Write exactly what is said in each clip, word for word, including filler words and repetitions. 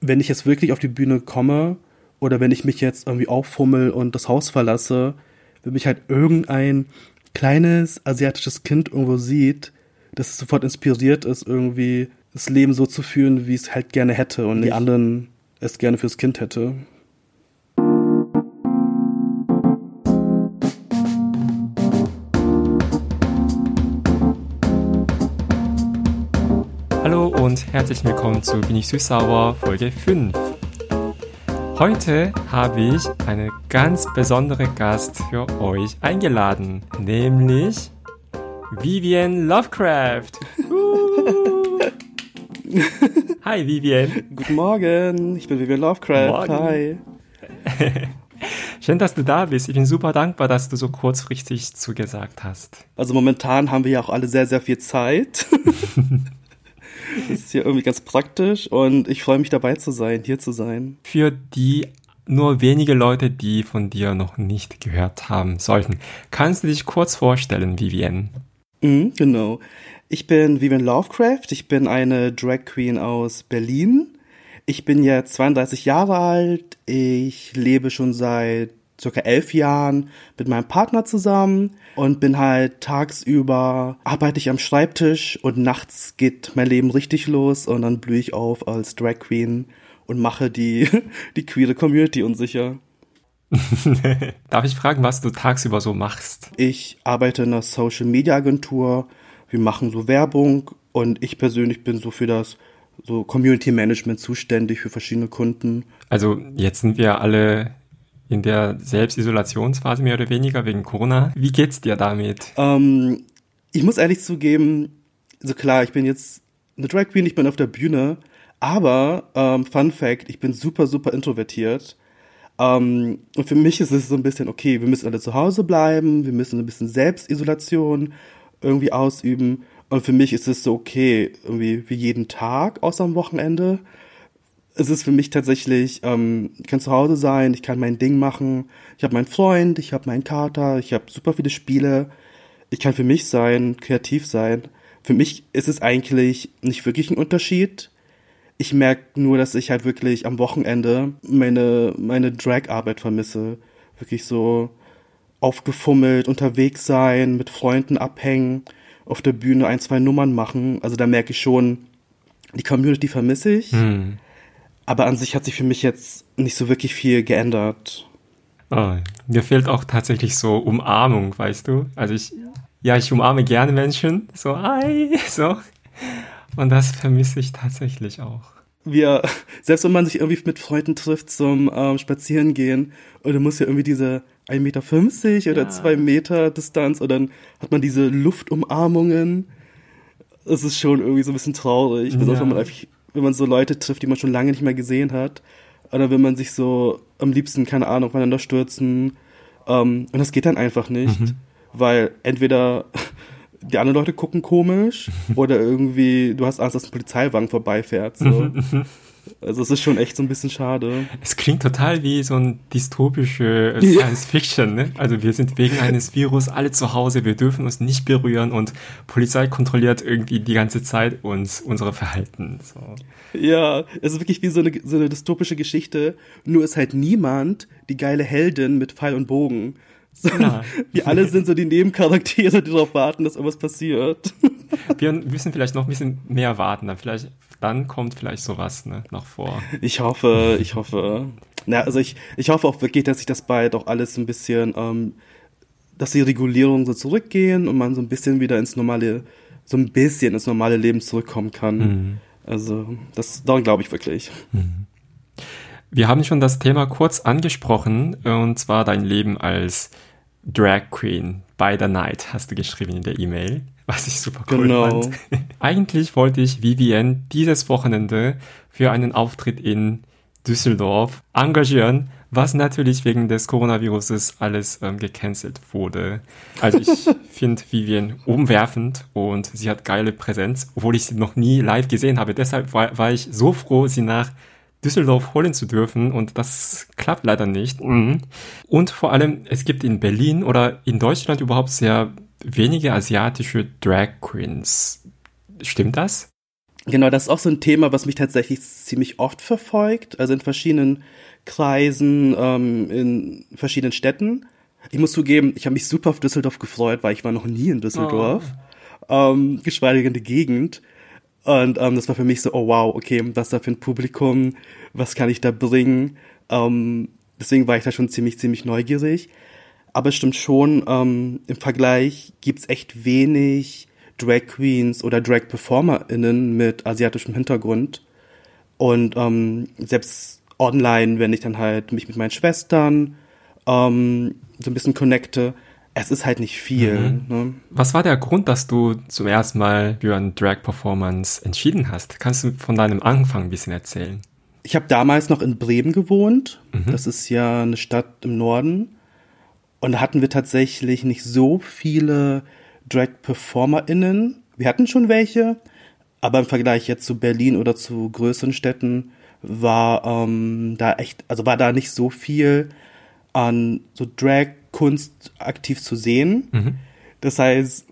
wenn ich jetzt wirklich auf die Bühne komme oder wenn ich mich jetzt irgendwie auffummel und das Haus verlasse, wenn mich halt irgendein kleines asiatisches Kind irgendwo sieht, dass es sofort inspiriert ist, irgendwie das Leben so zu führen, wie es halt gerne hätte und die anderen es gerne fürs Kind hätte. Hallo und herzlich willkommen zu Bin ich süß-sauer Folge fünf. Heute habe ich einen ganz besonderen Gast für euch eingeladen, nämlich Vivian Lovecraft. Hi Vivian. Guten Morgen, ich bin Vivian Lovecraft. Morgen. Hi. Schön, dass du da bist. Ich bin super dankbar, dass du so kurzfristig zugesagt hast. Also momentan haben wir ja auch alle sehr, sehr viel Zeit. Das ist ja irgendwie ganz praktisch und ich freue mich dabei zu sein, hier zu sein. Für die nur wenige Leute, die von dir noch nicht gehört haben sollten, kannst du dich kurz vorstellen, Vivian? Mhm, genau. Ich bin Vivian Lovecraft, ich bin eine Drag Queen aus Berlin. Ich bin jetzt zweiunddreißig Jahre alt, ich lebe schon seit circa elf Jahren mit meinem Partner zusammen und bin halt tagsüber, arbeite ich am Schreibtisch und nachts geht mein Leben richtig los und dann blühe ich auf als Drag Queen und mache die, die queere Community unsicher. Darf ich fragen, was du tagsüber so machst? Ich arbeite in einer Social Media Agentur, wir machen so Werbung und ich persönlich bin so für das so Community Management zuständig für verschiedene Kunden. Also jetzt sind wir alle in der Selbstisolationsphase mehr oder weniger wegen Corona. Wie geht's dir damit? Ähm, ich muss ehrlich zugeben, so klar, ich bin jetzt eine Drag Queen, ich bin auf der Bühne, aber, ähm, Fun Fact, ich bin super, super introvertiert. Ähm, und für mich ist es so ein bisschen, okay, wir müssen alle zu Hause bleiben, wir müssen ein bisschen Selbstisolation irgendwie ausüben. Und für mich ist es so, okay, irgendwie wie jeden Tag, außer am Wochenende. Es ist für mich tatsächlich, ähm, ich kann zu Hause sein, ich kann mein Ding machen, ich habe meinen Freund, ich habe meinen Kater, ich habe super viele Spiele, ich kann für mich sein, kreativ sein. Für mich ist es eigentlich nicht wirklich ein Unterschied. Ich merke nur, dass ich halt wirklich am Wochenende meine, meine Drag-Arbeit vermisse. Wirklich so aufgefummelt, unterwegs sein, mit Freunden abhängen, auf der Bühne ein, zwei Nummern machen. Also da merke ich schon, die Community vermisse ich. Hm. Aber an sich hat sich für mich jetzt nicht so wirklich viel geändert. Oh, mir fehlt auch tatsächlich so Umarmung, weißt du? Also ich, ja, ich umarme gerne Menschen, so, hi, so. Und das vermisse ich tatsächlich auch. Wir, selbst wenn man sich irgendwie mit Freunden trifft zum ähm, Spazierengehen und dann muss ja irgendwie diese ein Meter fünfzig oder Ja. zwei Meter Distanz und dann hat man diese Luftumarmungen. Es ist schon irgendwie so ein bisschen traurig, besonders Ja. wenn man einfach, wenn man so Leute trifft, die man schon lange nicht mehr gesehen hat. Oder wenn man sich so am liebsten, keine Ahnung, voneinander stürzen. Ähm, und das geht dann einfach nicht, Mhm. weil entweder die anderen Leute gucken komisch oder irgendwie du hast Angst, dass ein Polizeiwagen vorbeifährt. So. Also es ist schon echt so ein bisschen schade. Es klingt total wie so ein dystopische Ja. Science-Fiction, ne? Also wir sind wegen eines Virus alle zu Hause, wir dürfen uns nicht berühren und Polizei kontrolliert irgendwie die ganze Zeit uns, unsere Verhalten. So. Ja, es ist wirklich wie so eine, so eine dystopische Geschichte, nur ist halt niemand die geile Heldin mit Pfeil und Bogen. Sondern Ja. wir alle sind so die Nebencharaktere, die darauf warten, dass irgendwas passiert. Wir müssen vielleicht noch ein bisschen mehr warten, dann vielleicht, dann kommt vielleicht sowas, ne, noch vor. Ich hoffe, ich hoffe. Na, also ich, ich hoffe auch wirklich, dass sich das bald auch alles ein bisschen, ähm, dass die Regulierungen so zurückgehen und man so ein bisschen wieder ins normale, so ein bisschen ins normale Leben zurückkommen kann. Mhm. Also, das, daran glaube ich wirklich. Wir haben schon das Thema kurz angesprochen, und zwar dein Leben als Drag Queen by the Night, hast du geschrieben in der E-Mail, was ich super cool Genau. fand. Eigentlich wollte ich Vivian dieses Wochenende für einen Auftritt in Düsseldorf engagieren, was natürlich wegen des Coronaviruses alles ähm, gecancelt wurde. Also ich finde Vivian umwerfend und sie hat geile Präsenz, obwohl ich sie noch nie live gesehen habe. Deshalb war, war ich so froh, sie nach Düsseldorf holen zu dürfen, und das klappt leider nicht. Mhm. Und vor allem, es gibt in Berlin oder in Deutschland überhaupt sehr wenige asiatische Drag Queens. Stimmt das? Genau, das ist auch so ein Thema, was mich tatsächlich ziemlich oft verfolgt, also in verschiedenen Kreisen, ähm, in verschiedenen Städten. Ich muss zugeben, ich habe mich super auf Düsseldorf gefreut, weil ich war noch nie in Düsseldorf, oh. ähm, geschweige denn in der Gegend. Und ähm, das war für mich so, oh wow, okay, was da für ein Publikum, was kann ich da bringen? Ähm, deswegen war ich da schon ziemlich, ziemlich neugierig. Aber es stimmt schon, ähm, im Vergleich gibt's echt wenig Drag Queens oder Drag PerformerInnen mit asiatischem Hintergrund. Und ähm, selbst online, wenn ich dann halt mich mit meinen Schwestern ähm, so ein bisschen connecte, es ist halt nicht viel. Mhm. Ne? Was war der Grund, dass du zum ersten Mal für eine Drag-Performance entschieden hast? Kannst du von deinem Anfang ein bisschen erzählen? Ich habe damals noch in Bremen gewohnt. Mhm. Das ist ja eine Stadt im Norden. Und da hatten wir tatsächlich nicht so viele Drag-PerformerInnen. Wir hatten schon welche, aber im Vergleich jetzt zu Berlin oder zu größeren Städten war ähm, da echt, also war da nicht so viel an so Drag-Kunst aktiv zu sehen. Mhm. Das heißt,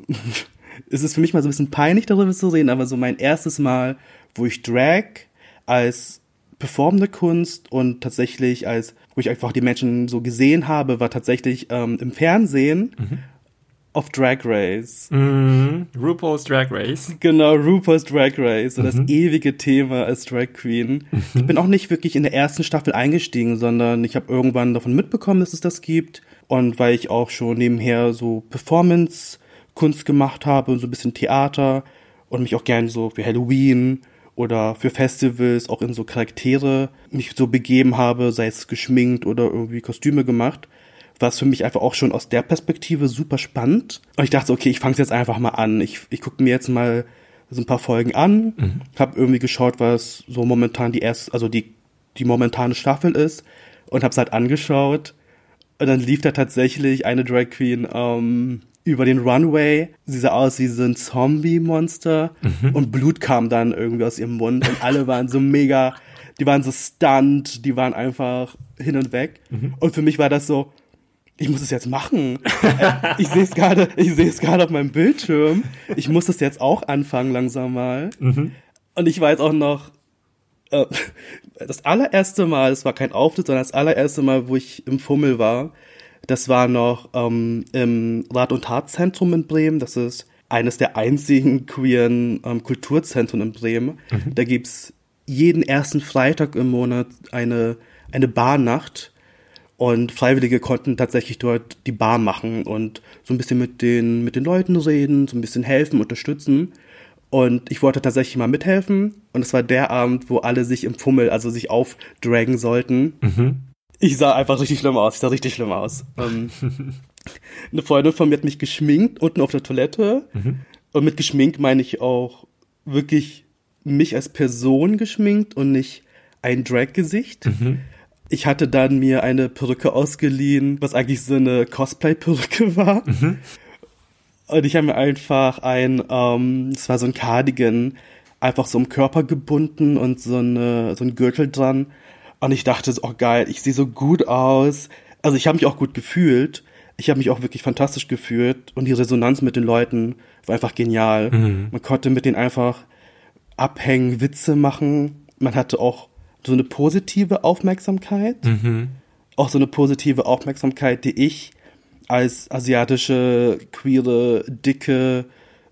es ist für mich mal so ein bisschen peinlich, darüber zu reden, aber so mein erstes Mal, wo ich Drag als performende Kunst und tatsächlich als, wo ich einfach die Menschen so gesehen habe, war tatsächlich ähm, im Fernsehen mhm. auf Drag Race. Mhm. RuPaul's Drag Race. Genau, RuPaul's Drag Race, so mhm. das ewige Thema als Drag Queen. Mhm. Ich bin auch nicht wirklich in der ersten Staffel eingestiegen, sondern ich habe irgendwann davon mitbekommen, dass es das gibt. Und weil ich auch schon nebenher so Performance-Kunst gemacht habe und so ein bisschen Theater und mich auch gerne so für Halloween oder für Festivals auch in so Charaktere mich so begeben habe, sei es geschminkt oder irgendwie Kostüme gemacht, war es für mich einfach auch schon aus der Perspektive super spannend. Und ich dachte so, okay, ich fange es jetzt einfach mal an. Ich, ich gucke mir jetzt mal so ein paar Folgen an, mhm. habe irgendwie geschaut, was so momentan die erste, also die, die momentane Staffel ist und habe es halt angeschaut. Und dann lief da tatsächlich eine Drag Queen ähm, über den Runway. Sie sah aus wie so ein Zombie-Monster mhm. und Blut kam dann irgendwie aus ihrem Mund und alle waren so mega, die waren so stunned, die waren einfach hin und weg. Mhm. Und für mich war das so, ich muss es jetzt machen. ich sehe es gerade, ich sehe es gerade auf meinem Bildschirm. Ich muss das jetzt auch anfangen langsam mal. Mhm. Und ich weiß auch noch, äh, das allererste Mal, es war kein Auftritt, sondern das allererste Mal, wo ich im Fummel war, das war noch ähm, im Rat- und Tatzentrum in Bremen. Das ist eines der einzigen queeren ähm, Kulturzentren in Bremen. Mhm. Da gibt's jeden ersten Freitag im Monat eine, eine Barnacht. Und Freiwillige konnten tatsächlich dort die Bar machen und so ein bisschen mit den, mit den Leuten reden, so ein bisschen helfen, unterstützen. Und ich wollte tatsächlich mal mithelfen. Und es war der Abend, wo alle sich im Fummel, also sich aufdragen sollten. Mhm. Ich sah einfach richtig schlimm aus. Ich sah richtig schlimm aus. ähm, eine Freundin von mir hat mich geschminkt, unten auf der Toilette. Mhm. Und mit geschminkt meine ich auch wirklich mich als Person geschminkt und nicht ein Drag-Gesicht. Mhm. Ich hatte dann mir eine Perücke ausgeliehen, was eigentlich so eine Cosplay-Perücke war. Mhm. Und ich habe mir einfach ein, ähm, es war so ein Cardigan, einfach so am Körper gebunden und so, eine, so ein Gürtel dran. Und ich dachte, oh geil, ich sehe so gut aus. Also ich habe mich auch gut gefühlt. Ich habe mich auch wirklich fantastisch gefühlt. Und die Resonanz mit den Leuten war einfach genial. Mhm. Man konnte mit denen einfach abhängen, Witze machen. Man hatte auch so eine positive Aufmerksamkeit. Mhm. Auch so eine positive Aufmerksamkeit, die ich als asiatische, queere, dicke,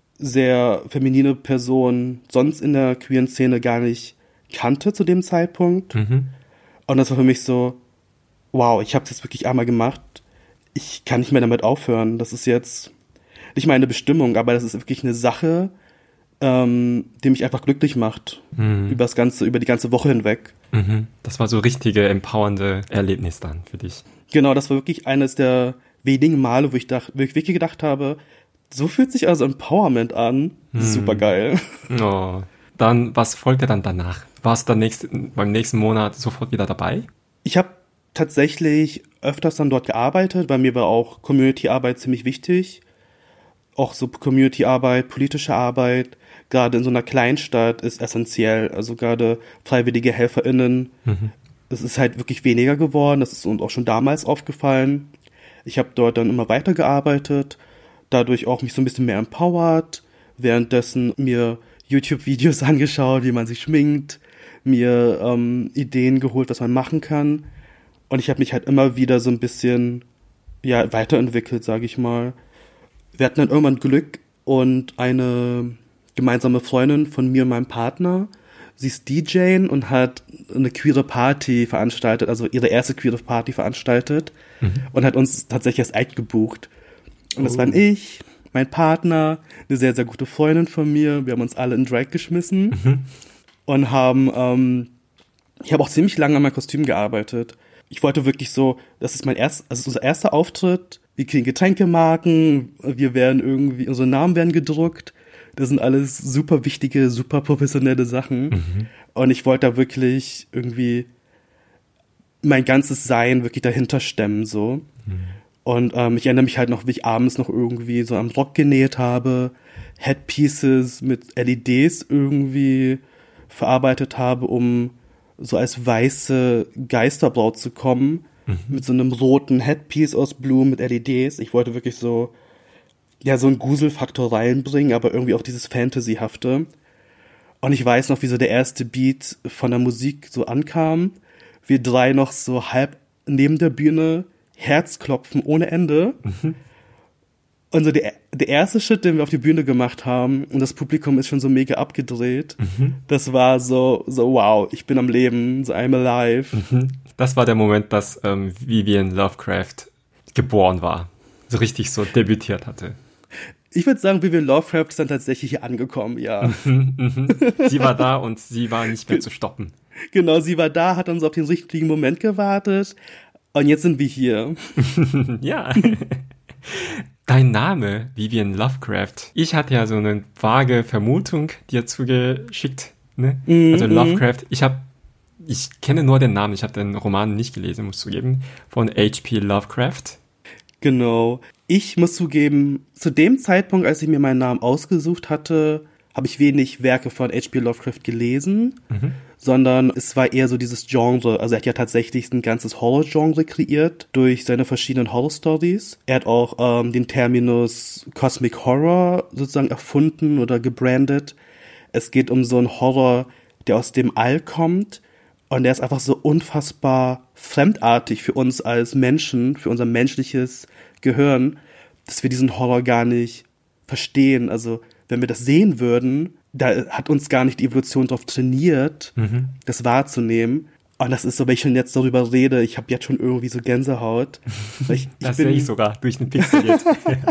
sehr feminine Person sonst in der queeren Szene gar nicht kannte zu dem Zeitpunkt. Mhm. Und das war für mich so, wow, ich habe das wirklich einmal gemacht. Ich kann nicht mehr damit aufhören. Das ist jetzt nicht meine Bestimmung, aber das ist wirklich eine Sache, ähm, die mich einfach glücklich macht. Mhm. Über das ganze, über die ganze Woche hinweg. Mhm. Das war so richtige, empowernde Erlebnis dann für dich. Genau, das war wirklich eines der wenigen Male, wo ich, dach, wo ich wirklich gedacht habe, so fühlt sich also Empowerment an. Mhm. Super geil. Oh. Dann, was folgte dann danach? Warst du dann nächst, beim nächsten Monat sofort wieder dabei? Ich habe tatsächlich öfters dann dort gearbeitet. Bei mir war auch Community-Arbeit ziemlich wichtig. Auch so Community-Arbeit, politische Arbeit, gerade in so einer Kleinstadt ist essentiell. Also gerade freiwillige HelferInnen. Mhm. Es ist halt wirklich weniger geworden. Das ist uns auch schon damals aufgefallen. Ich habe dort dann immer weitergearbeitet, dadurch auch mich so ein bisschen mehr empowert, währenddessen mir YouTube-Videos angeschaut, wie man sich schminkt, mir ähm, Ideen geholt, was man machen kann. Und ich habe mich halt immer wieder so ein bisschen ja, weiterentwickelt, sage ich mal. Wir hatten dann irgendwann Glück und eine gemeinsame Freundin von mir und meinem Partner, sie ist D J und hat eine queere Party veranstaltet, also ihre erste queere Party veranstaltet mhm. und hat uns tatsächlich als Act gebucht. Und das oh. waren ich, mein Partner, eine sehr, sehr gute Freundin von mir. Wir haben uns alle in Drag geschmissen mhm. und haben, ähm, ich habe auch ziemlich lange an meinem Kostüm gearbeitet. Ich wollte wirklich so, das ist mein erst, also unser erster Auftritt. Wir kriegen Getränkemarken, wir werden irgendwie, unsere Namen werden gedruckt. Das sind alles super wichtige, super professionelle Sachen. Mhm. Und ich wollte da wirklich irgendwie mein ganzes Sein wirklich dahinter stemmen, so. Mhm. Und ähm, ich erinnere mich halt noch, wie ich abends noch irgendwie so am Rock genäht habe, Headpieces mit L E Ds irgendwie verarbeitet habe, um so als weiße Geisterbraut zu kommen, mhm. mit so einem roten Headpiece aus Blumen mit L E Ds. Ich wollte wirklich so, ja, so einen Gruselfaktor reinbringen, aber irgendwie auch dieses Fantasyhafte. Und ich weiß noch, wie so der erste Beat von der Musik so ankam. Wir drei noch so halb neben der Bühne, Herzklopfen ohne Ende. Mhm. Und so der, der erste Schritt, den wir auf die Bühne gemacht haben, und das Publikum ist schon so mega abgedreht, mhm. das war so, so wow, ich bin am Leben, so I'm alive. Mhm. Das war der Moment, dass ähm, Vivian Lovecraft geboren war. So richtig so debütiert hatte. Ich würde sagen, Vivian Lovecraft ist dann tatsächlich hier angekommen, ja. Mhm, mhm. Sie war da und sie war nicht mehr zu stoppen. Genau, sie war da, hat dann so auf den richtigen Moment gewartet und jetzt sind wir hier. Ja. Dein Name, Vivian Lovecraft. Ich hatte ja so eine vage Vermutung dir zugeschickt, ne? Mm-hmm. Also Lovecraft, ich habe ich kenne nur den Namen, ich habe den Roman nicht gelesen, muss zugeben, von H P Lovecraft. Genau. Ich muss zugeben, zu dem Zeitpunkt, als ich mir meinen Namen ausgesucht hatte, habe ich wenig Werke von H P Lovecraft gelesen, mhm. sondern es war eher so dieses Genre. Also er hat ja tatsächlich ein ganzes Horror-Genre kreiert durch seine verschiedenen Horror-Stories. Er hat auch ähm, den Terminus Cosmic Horror sozusagen erfunden oder gebrandet. Es geht um so einen Horror, der aus dem All kommt und der ist einfach so unfassbar fremdartig für uns als Menschen, für unser menschliches Gehirn, dass wir diesen Horror gar nicht verstehen. Also wenn wir das sehen würden, da hat uns gar nicht die Evolution drauf trainiert, mhm. das wahrzunehmen. Und das ist so, wenn ich schon jetzt darüber rede, ich habe jetzt schon irgendwie so Gänsehaut. Weil ich, das sehe ich sogar durch den Pixel jetzt.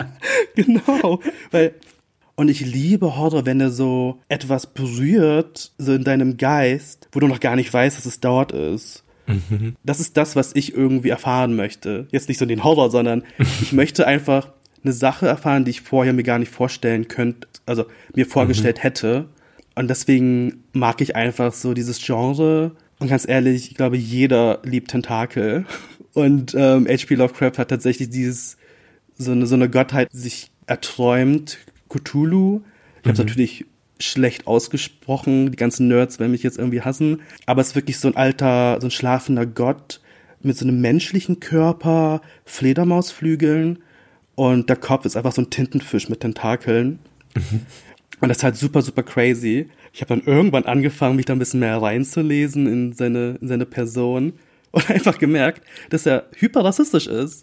Genau, weil und ich liebe Horror, wenn er so etwas berührt, so in deinem Geist, wo du noch gar nicht weißt, dass es dort ist. Mhm. Das ist das, was ich irgendwie erfahren möchte. Jetzt nicht so den Horror, sondern ich möchte einfach eine Sache erfahren, die ich vorher mir gar nicht vorstellen könnte, also mir vorgestellt mhm. hätte. Und deswegen mag ich einfach so dieses Genre. Und ganz ehrlich, ich glaube, jeder liebt Tentakel. Und ähm, H P Lovecraft hat tatsächlich dieses, so eine, so eine Gottheit sich erträumt, Cthulhu. Ich mhm. habe es natürlich schlecht ausgesprochen, die ganzen Nerds werden mich jetzt irgendwie hassen. Aber es ist wirklich so ein alter, so ein schlafender Gott mit so einem menschlichen Körper, Fledermausflügeln. Und der Kopf ist einfach so ein Tintenfisch mit Tentakeln. Mhm. Und das ist halt super, super crazy. Ich habe dann irgendwann angefangen, mich da ein bisschen mehr reinzulesen in seine, in seine Person. Und einfach gemerkt, dass er hyperrassistisch ist.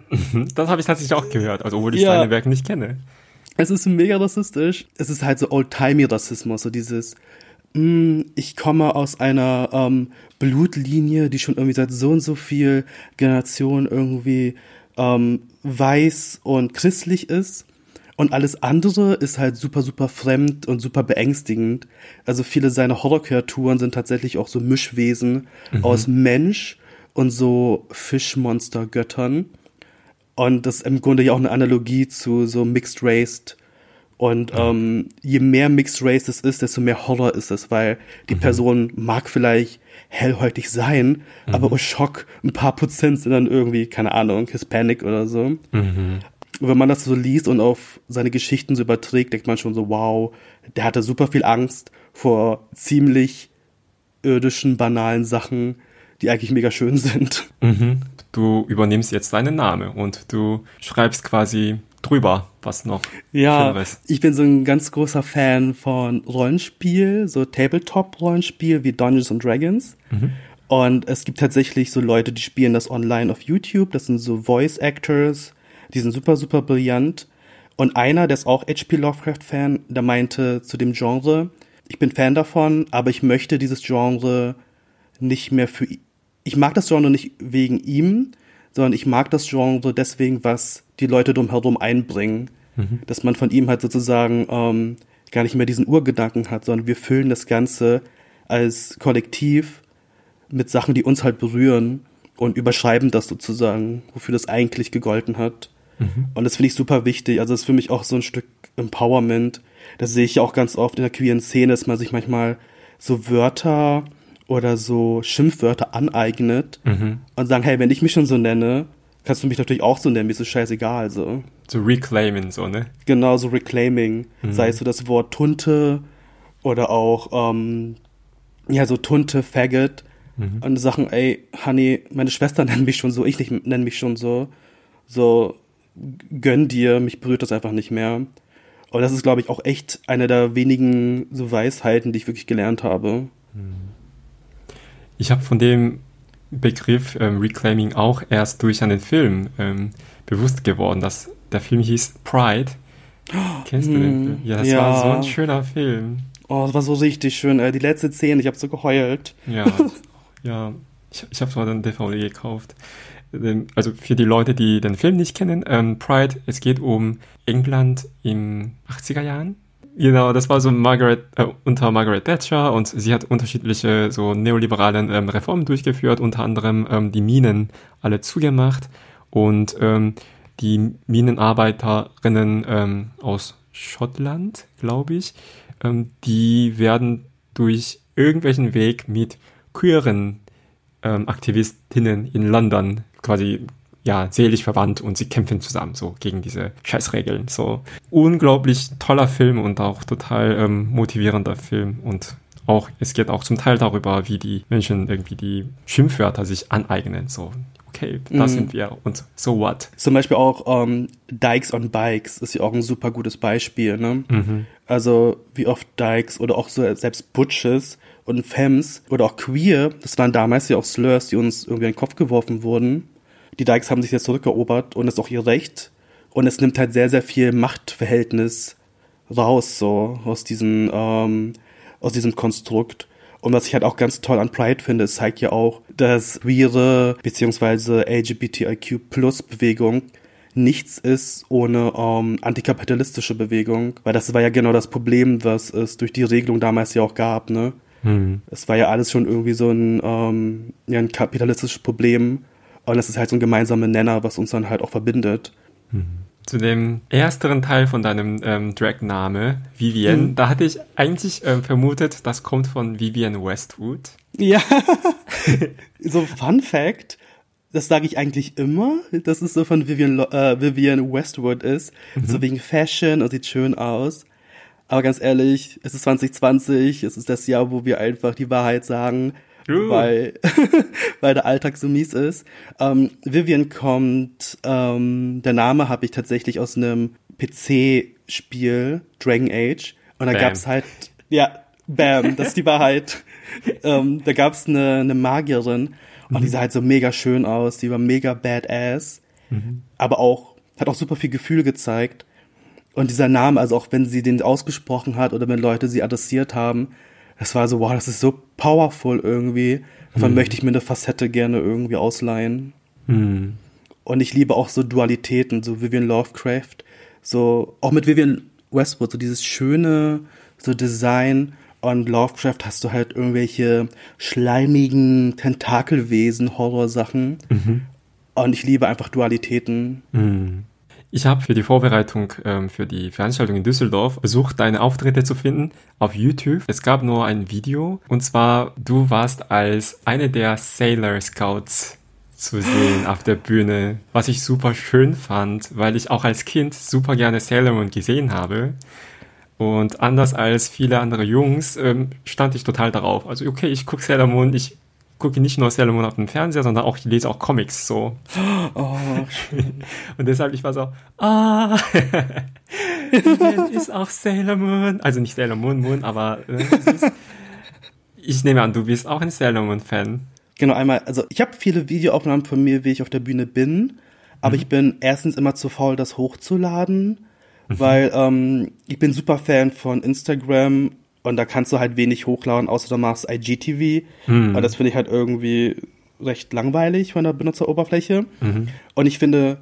Das habe ich tatsächlich auch gehört, also obwohl ich ja. seine Werke nicht kenne. Es ist mega rassistisch. Es ist halt so Old-Timey-Rassismus, so dieses, mh, ich komme aus einer ähm, Blutlinie, die schon irgendwie seit so und so viel Generationen irgendwie ähm, weiß und christlich ist. Und alles andere ist halt super, super fremd und super beängstigend. Also viele seiner Horrorkreaturen sind tatsächlich auch so Mischwesen mhm. aus Mensch und so Fischmonster-Göttern. Und das ist im Grunde ja auch eine Analogie zu so Mixed Race. Und ja. ähm, je mehr Mixed Race es ist, desto mehr Horror ist es, weil die mhm. Person mag vielleicht hellhäutig sein, mhm. aber oh Schock, ein paar Prozent sind dann irgendwie, keine Ahnung, Hispanic oder so. Mhm. Wenn man das so liest und auf seine Geschichten so überträgt, denkt man schon so, wow, der hatte super viel Angst vor ziemlich irdischen, banalen Sachen, die eigentlich mega schön sind. Mhm. Du übernimmst jetzt deinen Namen und du schreibst quasi drüber, was noch Ja, Schlimmeres. ich bin so ein ganz großer Fan von Rollenspiel, so Tabletop-Rollenspiel wie Dungeons and Dragons. Mhm. Und es gibt tatsächlich so Leute, die spielen das online auf YouTube. Das sind so Voice-Actors, die sind super, super brillant. Und einer, der ist auch H P Lovecraft-Fan, der meinte zu dem Genre, ich bin Fan davon, aber ich möchte dieses Genre nicht mehr für... Ich mag das Genre nicht wegen ihm, sondern ich mag das Genre deswegen, was die Leute drumherum einbringen. Mhm. Dass man von ihm halt sozusagen ähm, gar nicht mehr diesen Urgedanken hat, sondern wir füllen das Ganze als Kollektiv mit Sachen, die uns halt berühren und überschreiben das sozusagen, wofür das eigentlich gegolten hat. Mhm. Und das finde ich super wichtig. Also das ist für mich auch so ein Stück Empowerment. Das sehe ich ja auch ganz oft in der queeren Szene, dass man sich manchmal so Wörter oder so Schimpfwörter aneignet mhm. und sagen, hey, wenn ich mich schon so nenne, kannst du mich natürlich auch so nennen, mir ist es scheißegal. So, so reclaimen, so, ne? Genau, so reclaiming. Mhm. Sei es so das Wort Tunte oder auch, ähm, ja, so Tunte, Faggot. Mhm. Und Sachen, ey, Honey, meine Schwester nennt mich schon so, ich nenne mich schon so. So, gönn dir, mich berührt das einfach nicht mehr. Aber das ist, glaube ich, auch echt eine der wenigen so Weisheiten, die ich wirklich gelernt habe. Ich habe von dem Begriff ähm, Reclaiming auch erst durch einen Film ähm, bewusst geworden, dass der Film hieß Pride. Oh, Kennst du hm, den Film? Ja, das ja. war so ein schöner Film. Oh, das war so richtig schön. Äh, die letzte Szene, ich habe so geheult. Ja, ja. Ich, ich habe mal dann D V D gekauft. Also für die Leute, die den Film nicht kennen, ähm, Pride, es geht um England im achtziger Jahren. Genau, das war so Margaret, äh, unter Margaret Thatcher und sie hat unterschiedliche so neoliberalen ähm, Reformen durchgeführt, unter anderem ähm, die Minen alle zugemacht und ähm, die Minenarbeiterinnen ähm, aus Schottland, glaube ich, ähm, die werden durch irgendwelchen Weg mit queeren ähm, Aktivistinnen in London quasi ja, selig verwandt und sie kämpfen zusammen so gegen diese Scheißregeln. So unglaublich toller Film und auch total ähm, motivierender Film und auch, es geht auch zum Teil darüber, wie die Menschen irgendwie die Schimpfwörter sich aneignen. So, okay, das mm. sind wir und so what? Zum Beispiel auch ähm, Dykes on Bikes ist ja auch ein super gutes Beispiel, ne? Mhm. Also wie oft Dykes oder auch so selbst Butches und Femmes oder auch Queer, das waren damals ja auch Slurs, die uns irgendwie in den Kopf geworfen wurden. Die Dykes haben sich jetzt zurückerobert und das ist auch ihr Recht. Und es nimmt halt sehr, sehr viel Machtverhältnis raus, so, aus diesem, ähm, aus diesem Konstrukt. Und was ich halt auch ganz toll an Pride finde, es zeigt ja auch, dass queere bzw. L G B T I Q Plus Bewegung nichts ist ohne ähm, antikapitalistische Bewegung. Weil das war ja genau das Problem, was es durch die Regelung damals ja auch gab, ne? Mhm. Es war ja alles schon irgendwie so ein, ähm, ja, ein kapitalistisches Problem. Und das ist halt so ein gemeinsamer Nenner, was uns dann halt auch verbindet. Mhm. Zu dem ersteren Teil von deinem ähm, Drag-Name, Vivienne, mhm. da hatte ich eigentlich ähm, vermutet, das kommt von Vivienne Westwood. Ja, so Fun Fact, das sage ich eigentlich immer, dass es so von Vivienne, äh, Vivienne Westwood ist. Mhm. So wegen Fashion und sieht schön aus. Aber ganz ehrlich, es ist zwanzig zwanzig, es ist das Jahr, wo wir einfach die Wahrheit sagen. Uh. Weil, weil der Alltag so mies ist. Ähm, Vivienne kommt, ähm, der Name habe ich tatsächlich aus einem P C-Spiel, Dragon Age. Und da bam. gab's halt, ja, bam, das ist die Wahrheit. ähm, da gab's eine, eine Magierin und mhm. die sah halt so mega schön aus, die war mega badass, mhm. aber auch, hat auch super viel Gefühl gezeigt. Und dieser Name, also auch wenn sie den ausgesprochen hat oder wenn Leute sie adressiert haben, das war so, wow, das ist so powerful irgendwie. Davon hm. möchte ich mir eine Facette gerne irgendwie ausleihen. Hm. Und ich liebe auch so Dualitäten, so Vivienne Lovecraft, so auch mit Vivienne Westwood, so dieses schöne so Design. Und Lovecraft hast du halt irgendwelche schleimigen Tentakelwesen, Horrorsachen. Mhm. Und ich liebe einfach Dualitäten. Mhm. Ich habe für die Vorbereitung ähm, für die Veranstaltung in Düsseldorf versucht, deine Auftritte zu finden auf YouTube. Es gab nur ein Video und zwar, du warst als eine der Sailor Scouts zu sehen auf der Bühne, was ich super schön fand, weil ich auch als Kind super gerne Sailor Moon gesehen habe. Und anders als viele andere Jungs ähm, stand ich total darauf. Also okay, ich gucke Sailor Moon, ich gucke nicht nur Sailor Moon auf dem Fernseher, sondern auch, ich lese auch Comics, so. Oh, schön. Und deshalb, ich war so, ah, Vivian ist auch Sailor Moon. Also nicht Sailor Moon, Moon, aber äh, ist, ich nehme an, du bist auch ein Sailor Moon-Fan. Genau, einmal, also ich habe viele Videoaufnahmen von mir, wie ich auf der Bühne bin, aber mhm. ich bin erstens immer zu faul, das hochzuladen, mhm. weil ähm, ich bin super Fan von Instagram und da kannst du halt wenig hochladen, außer du machst I G T V. Mhm. Aber das finde ich halt irgendwie recht langweilig von der Benutzeroberfläche. Mhm. Und ich finde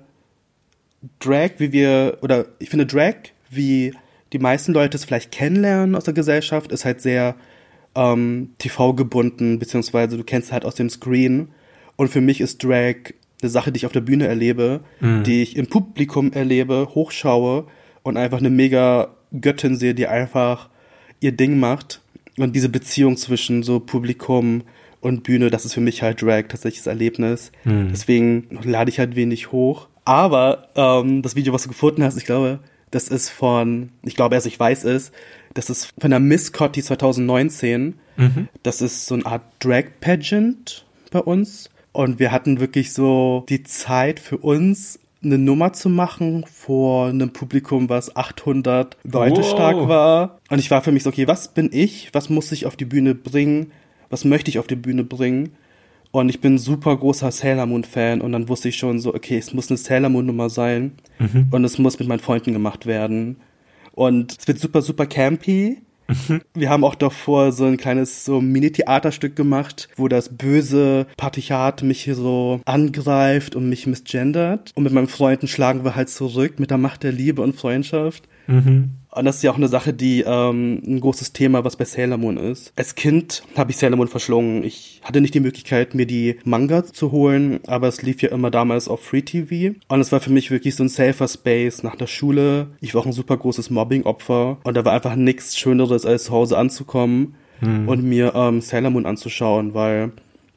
Drag, wie wir, oder ich finde Drag, wie die meisten Leute es vielleicht kennenlernen aus der Gesellschaft, ist halt sehr ähm, T V gebunden, beziehungsweise du kennst halt aus dem Screen. Und für mich ist Drag eine Sache, die ich auf der Bühne erlebe, mhm. die ich im Publikum erlebe, hochschaue und einfach eine mega Göttin sehe, die einfach ihr Ding macht. Und diese Beziehung zwischen so Publikum und Bühne, das ist für mich halt Drag, tatsächlich das Erlebnis. Mhm. Deswegen lade ich halt wenig hoch. Aber ähm, das Video, was du gefunden hast, ich glaube, das ist von, ich glaube, also ich weiß es, das ist von der Miss Cotti zwanzig neunzehn. Mhm. Das ist so eine Art Drag-Pageant bei uns. Und wir hatten wirklich so die Zeit für uns, eine Nummer zu machen vor einem Publikum, was achthundert Leute wow. stark war. Und ich war für mich so, okay, was bin ich? Was muss ich auf die Bühne bringen? Was möchte ich auf die Bühne bringen? Und ich bin super großer Sailor Moon Fan und dann wusste ich schon so, okay, es muss eine Sailor Moon Nummer sein mhm. und es muss mit meinen Freunden gemacht werden. Und es wird super, super campy. Mhm. Wir haben auch davor so ein kleines so Mini-Theaterstück gemacht, wo das böse Patriarchat mich hier so angreift und mich misgendert. Und mit meinen Freunden schlagen wir halt zurück mit der Macht der Liebe und Freundschaft. Mhm. Und das ist ja auch eine Sache, die ähm, ein großes Thema, was bei Sailor Moon ist. Als Kind habe ich Sailor Moon verschlungen. Ich hatte nicht die Möglichkeit, mir die Manga zu holen, aber es lief ja immer damals auf Free T V. Und es war für mich wirklich so ein safer Space nach der Schule. Ich war auch ein super großes Mobbing-Opfer. Und da war einfach nichts Schöneres, als zu Hause anzukommen hm. und mir ähm, Sailor Moon anzuschauen, weil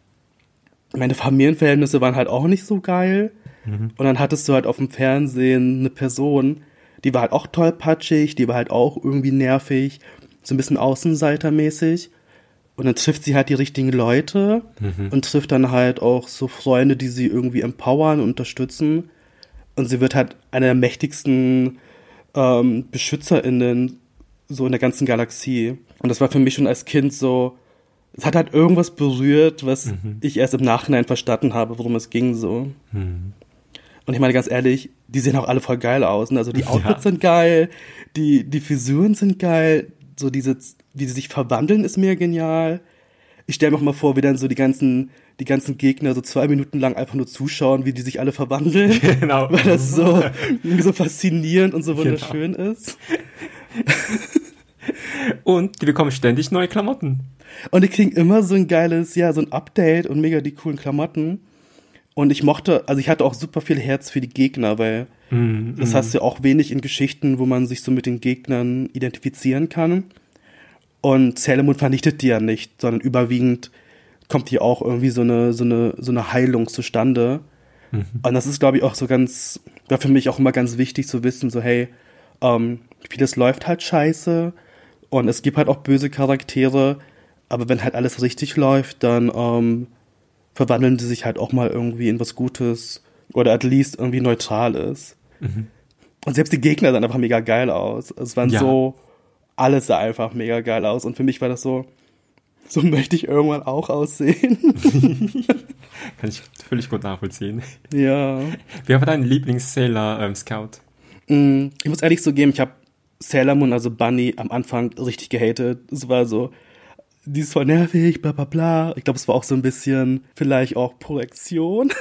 meine Familienverhältnisse waren halt auch nicht so geil. Mhm. Und dann hattest du halt auf dem Fernsehen eine Person, die war halt auch tollpatschig, die war halt auch irgendwie nervig, so ein bisschen außenseitermäßig. Und dann trifft sie halt die richtigen Leute mhm. und trifft dann halt auch so Freunde, die sie irgendwie empowern und unterstützen. Und sie wird halt eine der mächtigsten ähm, BeschützerInnen so in der ganzen Galaxie. Und das war für mich schon als Kind so, es hat halt irgendwas berührt, was mhm. ich erst im Nachhinein verstanden habe, worum es ging so. Mhm. Und ich meine, ganz ehrlich, die sehen auch alle voll geil aus. Ne? Also die Outfits ja. sind geil, die, die Frisuren sind geil, so diese, wie sie sich verwandeln, ist mir genial. Ich stelle mir auch mal vor, wie dann so die ganzen, die ganzen Gegner so zwei Minuten lang einfach nur zuschauen, wie die sich alle verwandeln. Genau. Weil das so, so faszinierend und so wunderschön genau. ist. Und die bekommen ständig neue Klamotten. Und die kriegen immer so ein geiles, ja, so ein Update und mega die coolen Klamotten. Und ich mochte, also ich hatte auch super viel Herz für die Gegner, weil mm, das mm. hast du ja auch wenig in Geschichten, wo man sich so mit den Gegnern identifizieren kann. Und Sailor Moon vernichtet die ja nicht, sondern überwiegend kommt hier auch irgendwie so eine, so eine, so eine Heilung zustande. Mhm. Und das ist, glaube ich, auch so ganz, war für mich auch immer ganz wichtig zu wissen, so hey, ähm, vieles läuft halt scheiße und es gibt halt auch böse Charaktere, aber wenn halt alles richtig läuft, dann ähm, verwandeln die sich halt auch mal irgendwie in was Gutes oder at least irgendwie neutral ist. Mhm. Und selbst die Gegner sahen einfach mega geil aus. Es waren ja. so, alles sah einfach mega geil aus. Und für mich war das so, so möchte ich irgendwann auch aussehen. Kann ich völlig gut nachvollziehen. Ja. Wer war dein Lieblings-Sailor-Scout? Ähm, ich muss ehrlich zugeben, ich habe Sailor Moon, also Bunny, am Anfang richtig gehatet. Es war so, die ist voll nervig, bla bla bla. Ich glaube, es war auch so ein bisschen vielleicht auch Projektion.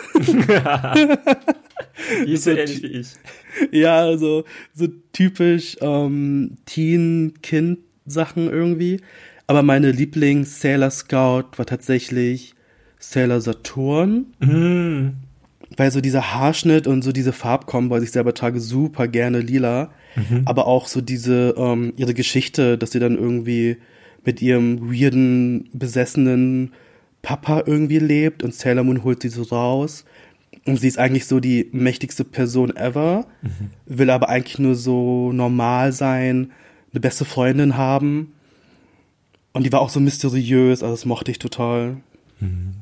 Die ist so ähnlich wie ich. Ja, also so typisch ähm, Teen-Kind-Sachen irgendwie. Aber meine Lieblings-Sailor-Scout war tatsächlich Sailor Saturn. Mm. Weil so dieser Haarschnitt und so diese Farbkombo, also ich selber trage super gerne lila. Mhm. Aber auch so diese, ähm, ihre Geschichte, dass sie dann irgendwie mit ihrem weirden, besessenen Papa irgendwie lebt und Sailor Moon holt sie so raus. Und sie ist eigentlich so die mächtigste Person ever, mhm. will aber eigentlich nur so normal sein, eine beste Freundin haben. Und die war auch so mysteriös, also das mochte ich total. Mhm.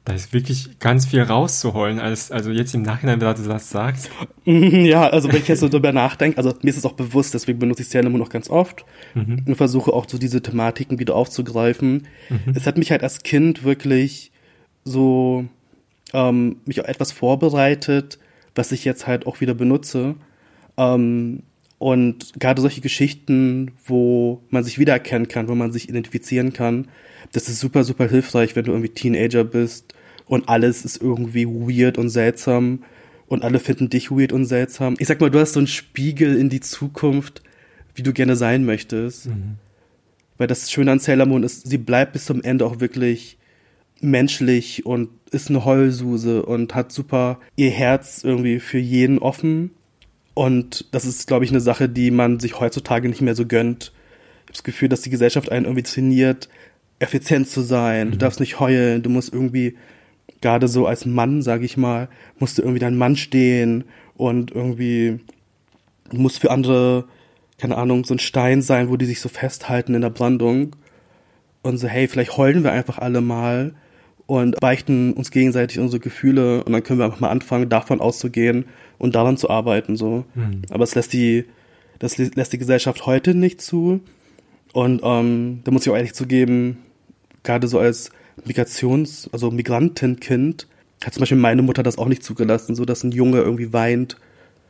Da ist wirklich ganz viel rauszuholen, als, also jetzt im Nachhinein, wenn du das sagst. Ja, also wenn ich jetzt so drüber nachdenke, also mir ist es auch bewusst, deswegen benutze ich Sailor Moon noch ganz oft mhm. und versuche auch so diese Thematiken wieder aufzugreifen. Mhm. Es hat mich halt als Kind wirklich so ähm, mich auf etwas vorbereitet, was ich jetzt halt auch wieder benutze. Ähm, und gerade solche Geschichten, wo man sich wiedererkennen kann, wo man sich identifizieren kann, das ist super, super hilfreich, wenn du irgendwie Teenager bist und alles ist irgendwie weird und seltsam und alle finden dich weird und seltsam. Ich sag mal, du hast so einen Spiegel in die Zukunft, wie du gerne sein möchtest. Mhm. Weil das Schöne an Sailor Moon ist, sie bleibt bis zum Ende auch wirklich menschlich und ist eine Heulsuse und hat super ihr Herz irgendwie für jeden offen. Und das ist, glaube ich, eine Sache, die man sich heutzutage nicht mehr so gönnt. Ich habe das Gefühl, dass die Gesellschaft einen irgendwie trainiert, effizient zu sein. Mhm. Du darfst nicht heulen, du musst irgendwie, gerade so als Mann, sage ich mal, musst du irgendwie dein Mann stehen und irgendwie, du musst für andere, keine Ahnung, so ein Stein sein, wo die sich so festhalten in der Brandung. Und so, hey, vielleicht heulen wir einfach alle mal und beichten uns gegenseitig unsere Gefühle und dann können wir einfach mal anfangen, davon auszugehen und daran zu arbeiten, so. Mhm. Aber es lässt die, das lässt die Gesellschaft heute nicht zu. Und ähm, da muss ich auch ehrlich zugeben, gerade so als Migrations-, also Migrantenkind, hat zum Beispiel meine Mutter das auch nicht zugelassen, so dass ein Junge irgendwie weint.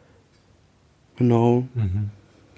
Genau. Mhm.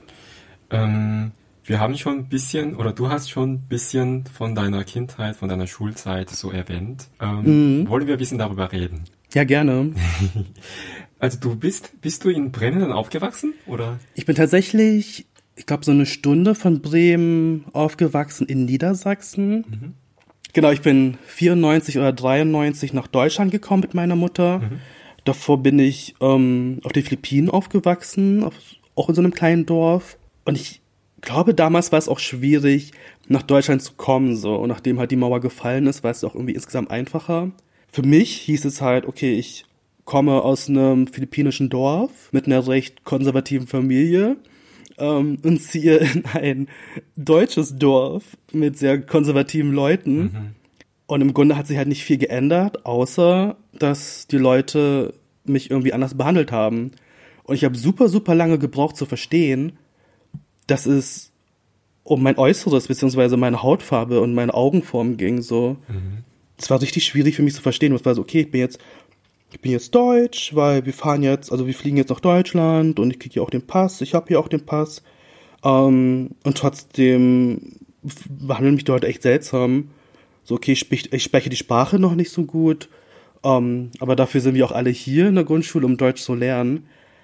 Ähm, wir haben schon ein bisschen, oder du hast schon ein bisschen von deiner Kindheit, von deiner Schulzeit so erwähnt. Ähm, mhm. Wollen wir ein bisschen darüber reden? Ja, gerne. Also du bist, bist du in Bremen dann aufgewachsen, oder? Ich bin tatsächlich, ich glaube, so eine Stunde von Bremen aufgewachsen in Niedersachsen. Mhm. Genau, ich bin vierundneunzig oder dreiundneunzig nach Deutschland gekommen mit meiner Mutter. Mhm. Davor bin ich ähm, auf den Philippinen aufgewachsen, auf, auch in so einem kleinen Dorf. Und ich glaube, damals war es auch schwierig, nach Deutschland zu kommen. So. Und nachdem halt die Mauer gefallen ist, war es auch irgendwie insgesamt einfacher. Für mich hieß es halt, okay, ich komme aus einem philippinischen Dorf mit einer recht konservativen Familie ähm, und ziehe in ein deutsches Dorf mit sehr konservativen Leuten. Mhm. Und im Grunde hat sich halt nicht viel geändert, außer dass die Leute mich irgendwie anders behandelt haben. Und ich habe super, super lange gebraucht zu verstehen, dass es um mein Äußeres beziehungsweise meine Hautfarbe und meine Augenform ging. So, es mhm. war richtig schwierig für mich zu verstehen. Es war so, okay, ich bin jetzt, ich bin jetzt deutsch, weil wir fahren jetzt, also wir fliegen jetzt nach Deutschland und ich kriege hier auch den Pass. Ich habe hier auch den Pass. Ähm, und trotzdem behandeln mich die Leute echt seltsam. So, okay, ich, sprich, ich spreche die Sprache noch nicht so gut, ähm, aber dafür sind wir auch alle hier in der Grundschule, um Deutsch zu lernen.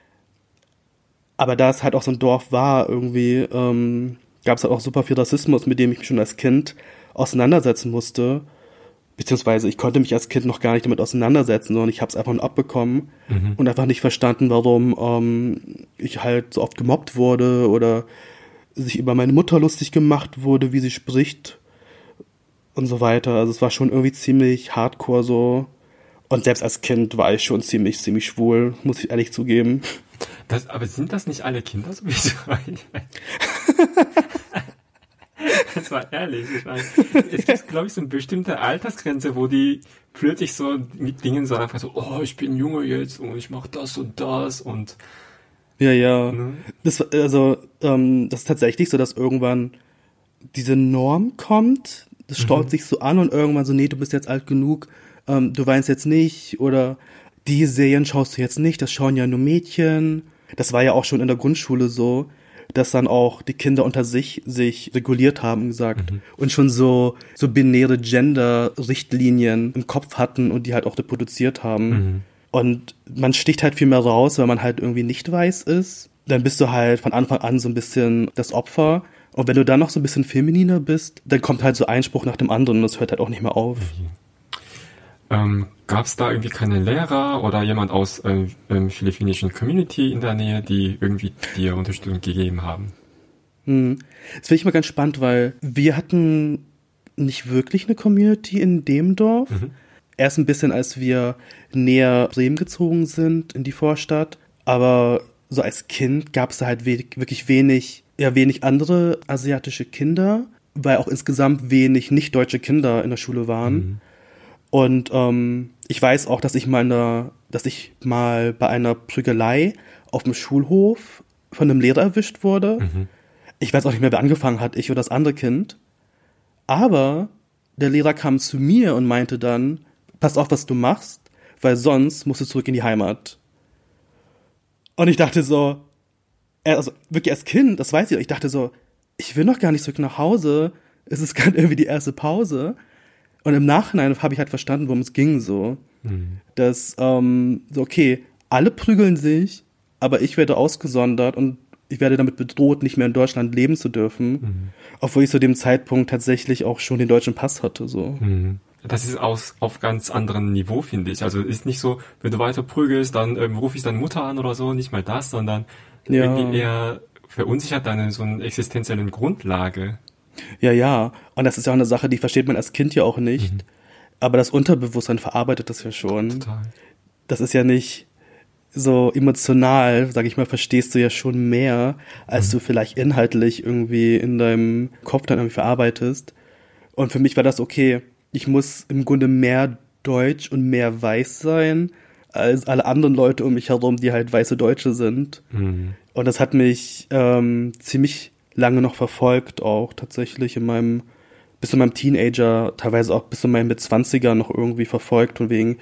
Aber da es halt auch so ein Dorf war, irgendwie, ähm, gab es halt auch super viel Rassismus, mit dem ich mich schon als Kind auseinandersetzen musste. Beziehungsweise ich konnte mich als Kind noch gar nicht damit auseinandersetzen, sondern ich habe es einfach nur abbekommen mhm. und einfach nicht verstanden, warum ähm, ich halt so oft gemobbt wurde oder sich über meine Mutter lustig gemacht wurde, wie sie spricht und so weiter. Also es war schon irgendwie ziemlich hardcore so. Und selbst als Kind war ich schon ziemlich, ziemlich schwul, muss ich ehrlich zugeben. Das, aber sind das nicht alle Kinder so wie so? Das war ehrlich. Ich meine, es gibt, glaube ich, so eine bestimmte Altersgrenze, wo die plötzlich so mit Dingen so einfach so, oh, ich bin Junge jetzt und ich mache das und das und ja, ja. Ne? Das, also, ähm, das ist tatsächlich so, dass irgendwann diese Norm kommt, das staut mhm. sich so an und irgendwann so, nee, du bist jetzt alt genug, ähm, du weinst jetzt nicht oder die Serien schaust du jetzt nicht, das schauen ja nur Mädchen. Das war ja auch schon in der Grundschule so, dass dann auch die Kinder unter sich sich reguliert haben, gesagt, mhm. und schon so so binäre Gender-Richtlinien im Kopf hatten und die halt auch reproduziert haben. Mhm. Und man sticht halt viel mehr raus, wenn man halt irgendwie nicht weiß ist. Dann bist du halt von Anfang an so ein bisschen das Opfer. Und wenn du dann noch so ein bisschen femininer bist, dann kommt halt so Einspruch nach dem anderen und das hört halt auch nicht mehr auf. Mhm. Ähm, gab es da irgendwie keine Lehrer oder jemand aus ähm, ähm, philippinischen Community in der Nähe, die irgendwie dir Unterstützung gegeben haben? Hm. Das finde ich mal ganz spannend, weil wir hatten nicht wirklich eine Community in dem Dorf. Mhm. Erst ein bisschen, als wir näher Bremen gezogen sind in die Vorstadt. Aber so als Kind gab es da halt we- wirklich wenig, ja wenig andere asiatische Kinder, weil auch insgesamt wenig nicht-deutsche Kinder in der Schule waren. Mhm. Und ähm, ich weiß auch, dass ich mal, in der, dass ich mal bei einer Prügelei auf dem Schulhof von einem Lehrer erwischt wurde. Mhm. Ich weiß auch nicht mehr, wer angefangen hat, ich oder das andere Kind. Aber der Lehrer kam zu mir und meinte dann, pass auf, was du machst, weil sonst musst du zurück in die Heimat. Und ich dachte so, also wirklich als Kind, das weiß ich, ich dachte so, ich will noch gar nicht zurück nach Hause, es ist gerade irgendwie die erste Pause. Und im Nachhinein habe ich halt verstanden, worum es ging so. Mhm. Dass, ähm, so okay, alle prügeln sich, aber ich werde ausgesondert und ich werde damit bedroht, nicht mehr in Deutschland leben zu dürfen. Mhm. Obwohl ich zu dem Zeitpunkt tatsächlich auch schon den deutschen Pass hatte, so. Mhm. Das ist aus, auf ganz anderem Niveau, finde ich. Also ist nicht so, wenn du weiter prügelst, dann ähm, rufe ich deine Mutter an oder so, nicht mal das, sondern Ja. irgendwie eher verunsichert deine so eine existenzielle Grundlage. Ja, ja. Und das ist ja auch eine Sache, die versteht man als Kind ja auch nicht. Mhm. Aber das Unterbewusstsein verarbeitet das ja schon. Total. Das ist ja nicht so emotional, sag ich mal, verstehst du ja schon mehr, als Mhm. du vielleicht inhaltlich irgendwie in deinem Kopf dann irgendwie verarbeitest. Und für mich war das okay, ich muss im Grunde mehr deutsch und mehr weiß sein, als alle anderen Leute um mich herum, die halt weiße Deutsche sind. Mhm. Und das hat mich ähm, ziemlich lange noch verfolgt, auch tatsächlich in meinem, bis zu meinem Teenager, teilweise auch bis zu meinen Mitzwanziger noch irgendwie verfolgt, von wegen,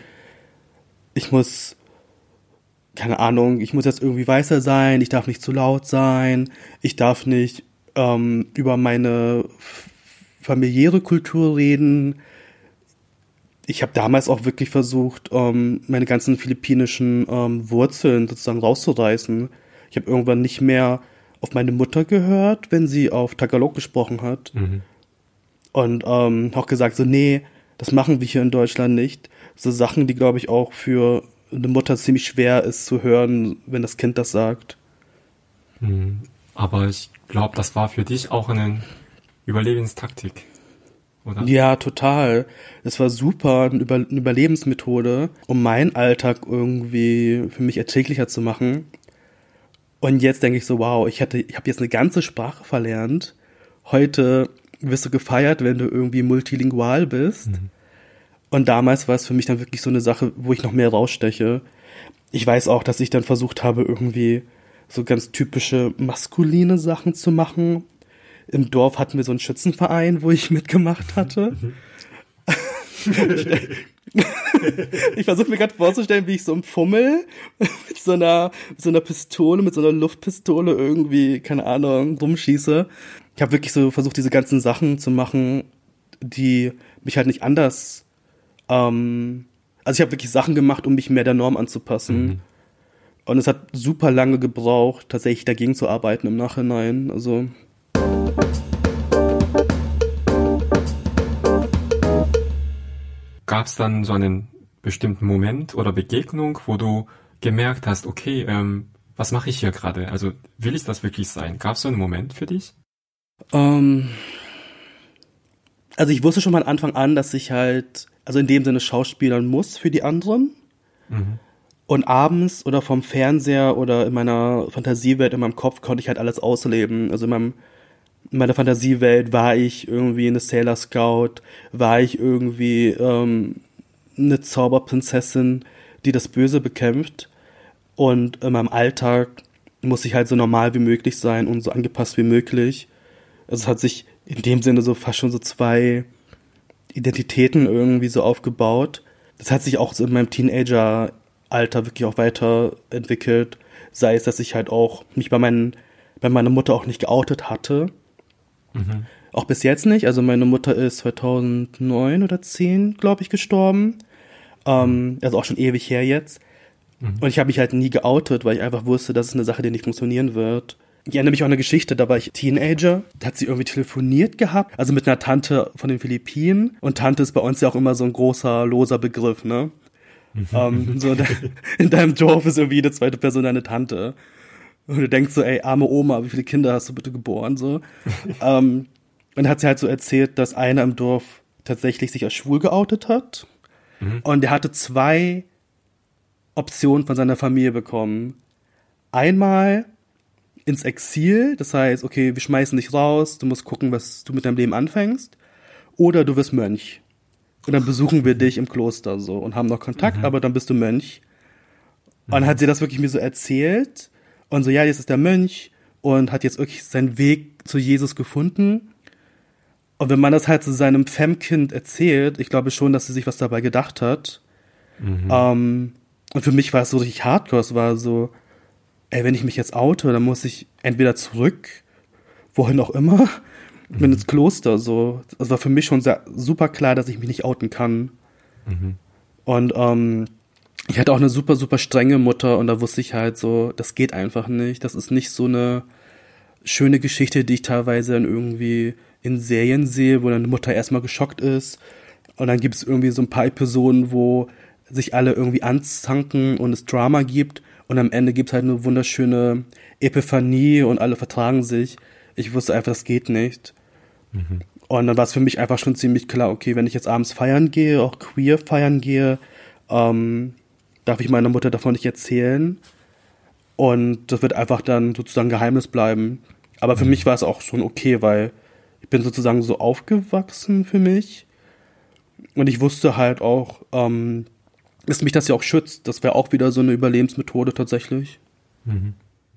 ich muss, keine Ahnung, ich muss jetzt irgendwie weißer sein, ich darf nicht zu laut sein, ich darf nicht ähm, über meine f- familiäre Kultur reden. Ich habe damals auch wirklich versucht, ähm, meine ganzen philippinischen ähm, Wurzeln sozusagen rauszureißen. Ich habe irgendwann nicht mehr auf meine Mutter gehört, wenn sie auf Tagalog gesprochen hat. Mhm. Und ähm, auch gesagt, so, nee, das machen wir hier in Deutschland nicht. So Sachen, die, glaube ich, auch für eine Mutter ziemlich schwer ist zu hören, wenn das Kind das sagt. Mhm. Aber ich glaube, das war für dich auch eine Überlebenstaktik, oder? Ja, total. Das war super, eine, Über- eine Überlebensmethode, um meinen Alltag irgendwie für mich erträglicher zu machen. Und jetzt denke ich so, wow, ich hatte, ich habe jetzt eine ganze Sprache verlernt. Heute wirst du gefeiert, wenn du irgendwie multilingual bist. Mhm. Und damals war es für mich dann wirklich so eine Sache, wo ich noch mehr raussteche. Ich weiß auch, dass ich dann versucht habe, irgendwie so ganz typische maskuline Sachen zu machen. Im Dorf hatten wir so einen Schützenverein, wo ich mitgemacht hatte. Ich versuche mir gerade vorzustellen, wie ich so im Fummel mit so einer, mit so einer Pistole, mit so einer Luftpistole irgendwie, keine Ahnung, rumschieße. Ich habe wirklich so versucht, diese ganzen Sachen zu machen, die mich halt nicht anders, ähm, also ich habe wirklich Sachen gemacht, um mich mehr der Norm anzupassen. Mhm. Und es hat super lange gebraucht, tatsächlich dagegen zu arbeiten im Nachhinein. Also Gab es dann so einen bestimmten Moment oder Begegnung, wo du gemerkt hast, okay, ähm, was mache ich hier gerade? Also will ich das wirklich sein? Gab es so einen Moment für dich? Ähm, also ich wusste schon von Anfang an, dass ich halt, also in dem Sinne schauspielern muss für die anderen. Mhm. Und abends oder vom Fernseher oder in meiner Fantasiewelt, in meinem Kopf konnte ich halt alles ausleben. Also in, meinem, in meiner Fantasiewelt war ich irgendwie eine Sailor Scout, war ich irgendwie ähm, eine Zauberprinzessin, die das Böse bekämpft. Und in meinem Alltag muss ich halt so normal wie möglich sein und so angepasst wie möglich. Also es hat sich in dem Sinne so fast schon so zwei Identitäten irgendwie so aufgebaut. Das hat sich auch so in meinem Teenager-Alter wirklich auch weiterentwickelt. Sei es, dass ich halt auch mich bei, meinen, bei meiner Mutter auch nicht geoutet hatte. Mhm. Auch bis jetzt nicht. Also meine Mutter ist zweitausendneun oder zehn, glaube ich, gestorben. Ähm, also auch schon ewig her jetzt. Mhm. Und ich habe mich halt nie geoutet, weil ich einfach wusste, das ist eine Sache, die nicht funktionieren wird. Ich erinnere mich auch an eine Geschichte, da war ich Teenager, da hat sie irgendwie telefoniert gehabt, also mit einer Tante von den Philippinen. Und Tante ist bei uns ja auch immer so ein großer, loser Begriff, ne? ähm, so da, in deinem Dorf ist irgendwie jede zweite Person eine Tante. Und du denkst so, ey, arme Oma, wie viele Kinder hast du bitte geboren, so. ähm, und dann hat sie halt so erzählt, dass einer im Dorf tatsächlich sich als schwul geoutet hat. Mhm. Und der hatte zwei Optionen von seiner Familie bekommen. Einmal ins Exil, das heißt, okay, wir schmeißen dich raus, du musst gucken, was du mit deinem Leben anfängst, oder du wirst Mönch. und dann besuchen wir dich im Kloster so und haben noch Kontakt, mhm. aber dann bist du Mönch. Und dann hat sie das wirklich mir so erzählt und so, ja, jetzt ist der Mönch und hat jetzt wirklich seinen Weg zu Jesus gefunden. Und wenn man das halt zu seinem Femkind erzählt, ich glaube schon, dass sie sich was dabei gedacht hat. Mhm. Um, und für mich war es so richtig hardcore. Es war so, ey, wenn ich mich jetzt oute, dann muss ich entweder zurück, wohin auch immer, mhm. ins Kloster. So. Es war für mich schon sehr, super klar, dass ich mich nicht outen kann. Mhm. Und um, ich hatte auch eine super, super strenge Mutter und da wusste ich halt so, das geht einfach nicht. Das ist nicht so eine schöne Geschichte, die ich teilweise dann irgendwie in Serien sehe, wo dann die Mutter erstmal geschockt ist und dann gibt es irgendwie so ein paar Episoden, wo sich alle irgendwie anzanken und es Drama gibt und am Ende gibt es halt eine wunderschöne Epiphanie und alle vertragen sich. Ich wusste einfach, das geht nicht. Mhm. Und dann war es für mich einfach schon ziemlich klar, okay, wenn ich jetzt abends feiern gehe, auch queer feiern gehe, ähm, darf ich meiner Mutter davon nicht erzählen und das wird einfach dann sozusagen Geheimnis bleiben. Aber für mhm. mich war es auch schon okay, weil ich bin sozusagen so aufgewachsen für mich und ich wusste halt auch, ähm, dass mich das ja auch schützt. Das wäre auch wieder so eine Überlebensmethode tatsächlich. Mhm.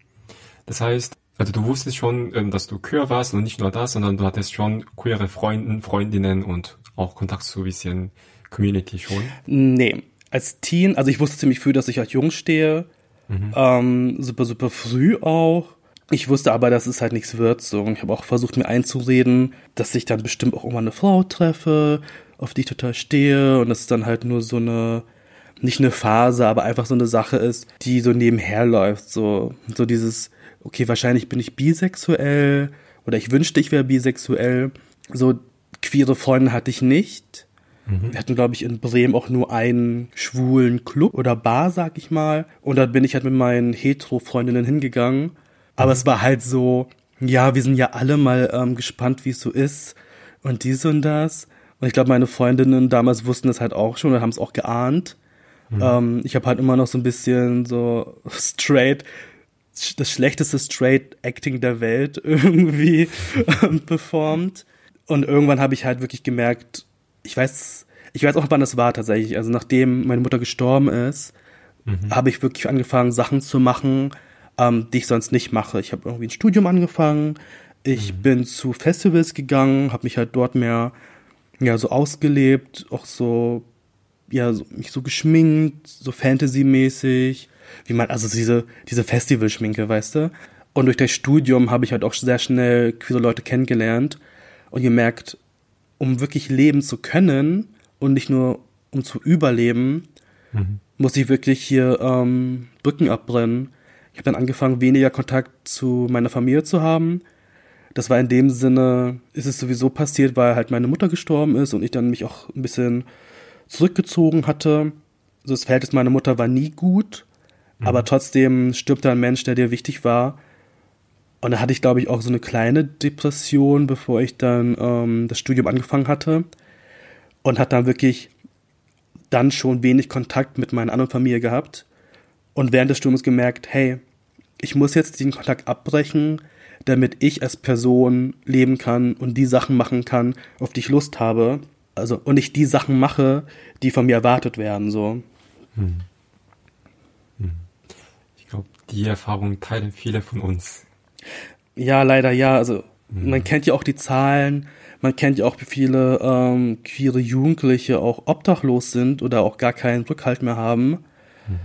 Das heißt, also du wusstest schon, dass du queer warst und nicht nur das, sondern du hattest schon queere Freunde, Freundinnen und auch Kontakt zu ein bisschen Community schon? Nee, als Teen, also ich wusste ziemlich früh, dass ich als Jung stehe, mhm. ähm, super, super früh auch. Ich wusste aber, dass es halt nichts wird. So. Und ich habe auch versucht, mir einzureden, dass ich dann bestimmt auch irgendwann eine Frau treffe, auf die ich total stehe. Und dass es dann halt nur so eine, nicht eine Phase, aber einfach so eine Sache ist, die so nebenher läuft. So, so dieses, okay, wahrscheinlich bin ich bisexuell oder ich wünschte, ich wäre bisexuell. So queere Freunde hatte ich nicht. Mhm. Wir hatten, glaube ich, in Bremen auch nur einen schwulen Club oder Bar, sag ich mal. Und da bin ich halt mit meinen Hetero-Freundinnen hingegangen. Aber es war halt so, ja, wir sind ja alle mal ähm, gespannt, wie es so ist und dies und das. Und ich glaube, meine Freundinnen damals wussten das halt auch schon und haben es auch geahnt. Mhm. Ähm, ich habe halt immer noch so ein bisschen so straight, das schlechteste Straight-Acting der Welt irgendwie ähm, performt. Und irgendwann habe ich halt wirklich gemerkt, ich weiß, ich weiß auch, wann das war tatsächlich. Also nachdem meine Mutter gestorben ist, mhm. habe ich wirklich angefangen, Sachen zu machen, Ähm, die ich sonst nicht mache. Ich habe irgendwie ein Studium angefangen, ich mhm. bin zu Festivals gegangen, habe mich halt dort mehr ja so ausgelebt, auch so ja so, mich so geschminkt, so Fantasy-mäßig, wie man also diese diese Festivalschminke, weißt du? Und durch das Studium habe ich halt auch sehr schnell queere Leute kennengelernt und gemerkt, um wirklich leben zu können und nicht nur um zu überleben, mhm. muss ich wirklich hier ähm, Brücken abbrennen. Ich habe dann angefangen, weniger Kontakt zu meiner Familie zu haben. Das war in dem Sinne, ist es sowieso passiert, weil halt meine Mutter gestorben ist und ich dann mich auch ein bisschen zurückgezogen hatte. Also das Verhältnis meiner Mutter war nie gut, mhm. aber trotzdem stirbt da ein Mensch, der dir wichtig war. Und da hatte ich, glaube ich, auch so eine kleine Depression, bevor ich dann ähm, das Studium angefangen hatte. Und hatte dann wirklich dann schon wenig Kontakt mit meiner anderen Familie gehabt. Und während des Studiums gemerkt, hey, ich muss jetzt den Kontakt abbrechen, damit ich als Person leben kann und die Sachen machen kann, auf die ich Lust habe. Also, und ich die Sachen mache, die von mir erwartet werden, so. Hm. Hm. Ich glaube, die Erfahrung teilen viele von uns. Ja, leider ja. Also, hm. man kennt ja auch die Zahlen, man kennt ja auch, wie viele ähm, queere Jugendliche auch obdachlos sind oder auch gar keinen Rückhalt mehr haben. Hm.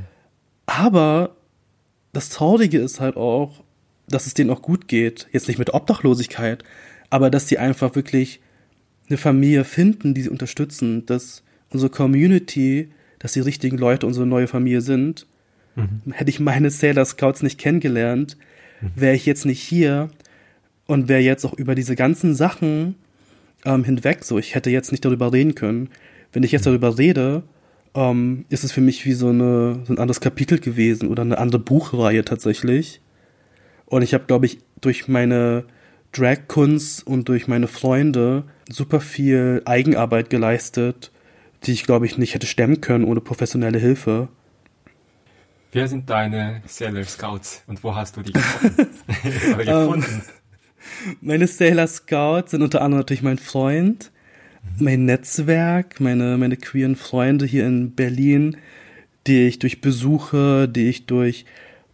Aber das Traurige ist halt auch, dass es denen auch gut geht. Jetzt nicht mit Obdachlosigkeit, aber dass sie einfach wirklich eine Familie finden, die sie unterstützen. Dass unsere Community, dass die richtigen Leute unsere neue Familie sind. Mhm. Hätte ich meine Sailor Scouts nicht kennengelernt, mhm. wäre ich jetzt nicht hier und wäre jetzt auch über diese ganzen Sachen ähm, hinweg so. Ich hätte jetzt nicht darüber reden können. Wenn ich jetzt mhm. darüber rede, Um, ist es für mich wie so, eine, so ein anderes Kapitel gewesen oder eine andere Buchreihe tatsächlich. Und ich habe, glaube ich, durch meine Drag-Kunst und durch meine Freunde super viel Eigenarbeit geleistet, die ich, glaube ich, nicht hätte stemmen können ohne professionelle Hilfe. Wer sind deine Sailor Scouts und wo hast du die getroffen? Oder gefunden? Um, meine Sailor Scouts sind unter anderem natürlich mein Freund, mein Netzwerk, meine, meine queeren Freunde hier in Berlin, die ich durch Besuche, die ich durch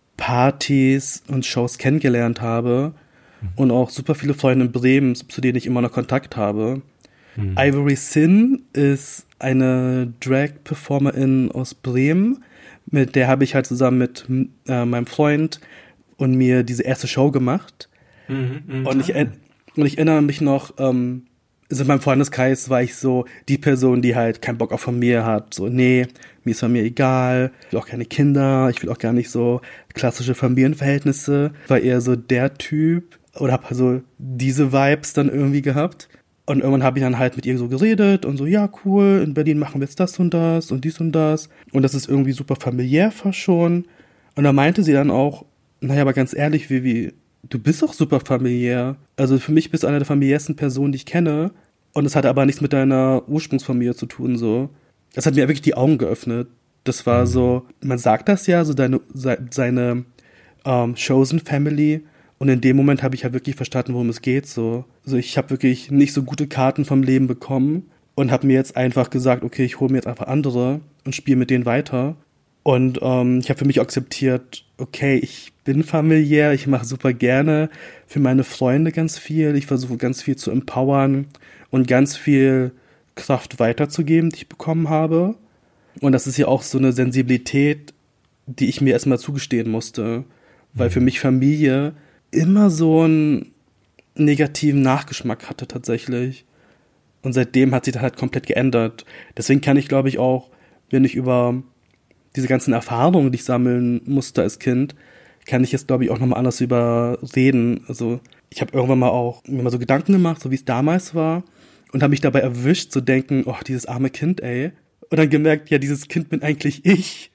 Partys und Shows kennengelernt habe mhm. und auch super viele Freunde in Bremen, zu denen ich immer noch Kontakt habe. Mhm. Ivory Sin ist eine Drag-Performerin aus Bremen, mit der habe ich halt zusammen mit äh, meinem Freund und mir diese erste Show gemacht. Mhm, mh. Und ich, und ich erinnere mich noch, ähm, also in meinem Freundeskreis war ich so die Person, die halt keinen Bock auf Familie hat. So, nee, mir ist Familie egal, ich will auch keine Kinder, ich will auch gar nicht so klassische Familienverhältnisse. War eher so der Typ oder hab also diese Vibes dann irgendwie gehabt. Und irgendwann habe ich dann halt mit ihr so geredet und so, ja, cool, in Berlin machen wir jetzt das und das und dies und das. Und das ist irgendwie super familiär fast schon. Und da meinte sie dann auch, naja, aber ganz ehrlich, Vivi, du bist auch super familiär. Also für mich bist du eine der familiärsten Personen, die ich kenne. Und es hatte aber nichts mit deiner Ursprungsfamilie zu tun, so. Das hat mir wirklich die Augen geöffnet. Das war mhm. so, man sagt das ja, so deine, seine ähm, Chosen Family. Und in dem Moment habe ich halt wirklich verstanden, worum es geht, so. Also ich habe wirklich nicht so gute Karten vom Leben bekommen und habe mir jetzt einfach gesagt, okay, ich hole mir jetzt einfach andere und spiele mit denen weiter. Und ähm, ich habe für mich akzeptiert, okay, ich bin familiär, ich mache super gerne für meine Freunde ganz viel. Ich versuche ganz viel zu empowern und ganz viel Kraft weiterzugeben, die ich bekommen habe. Und das ist ja auch so eine Sensibilität, die ich mir erstmal zugestehen musste. Weil für mich Familie immer so einen negativen Nachgeschmack hatte tatsächlich. Und seitdem hat sich das halt komplett geändert. Deswegen kann ich, glaube ich, auch, wenn ich über diese ganzen Erfahrungen, die ich sammeln musste als Kind, kann ich jetzt, glaube ich, auch nochmal anders über reden. Also ich habe irgendwann mal auch mir mal so Gedanken gemacht, so wie es damals war, und habe mich dabei erwischt, zu denken, oh, dieses arme Kind, ey. Und dann gemerkt, ja, dieses Kind bin eigentlich ich.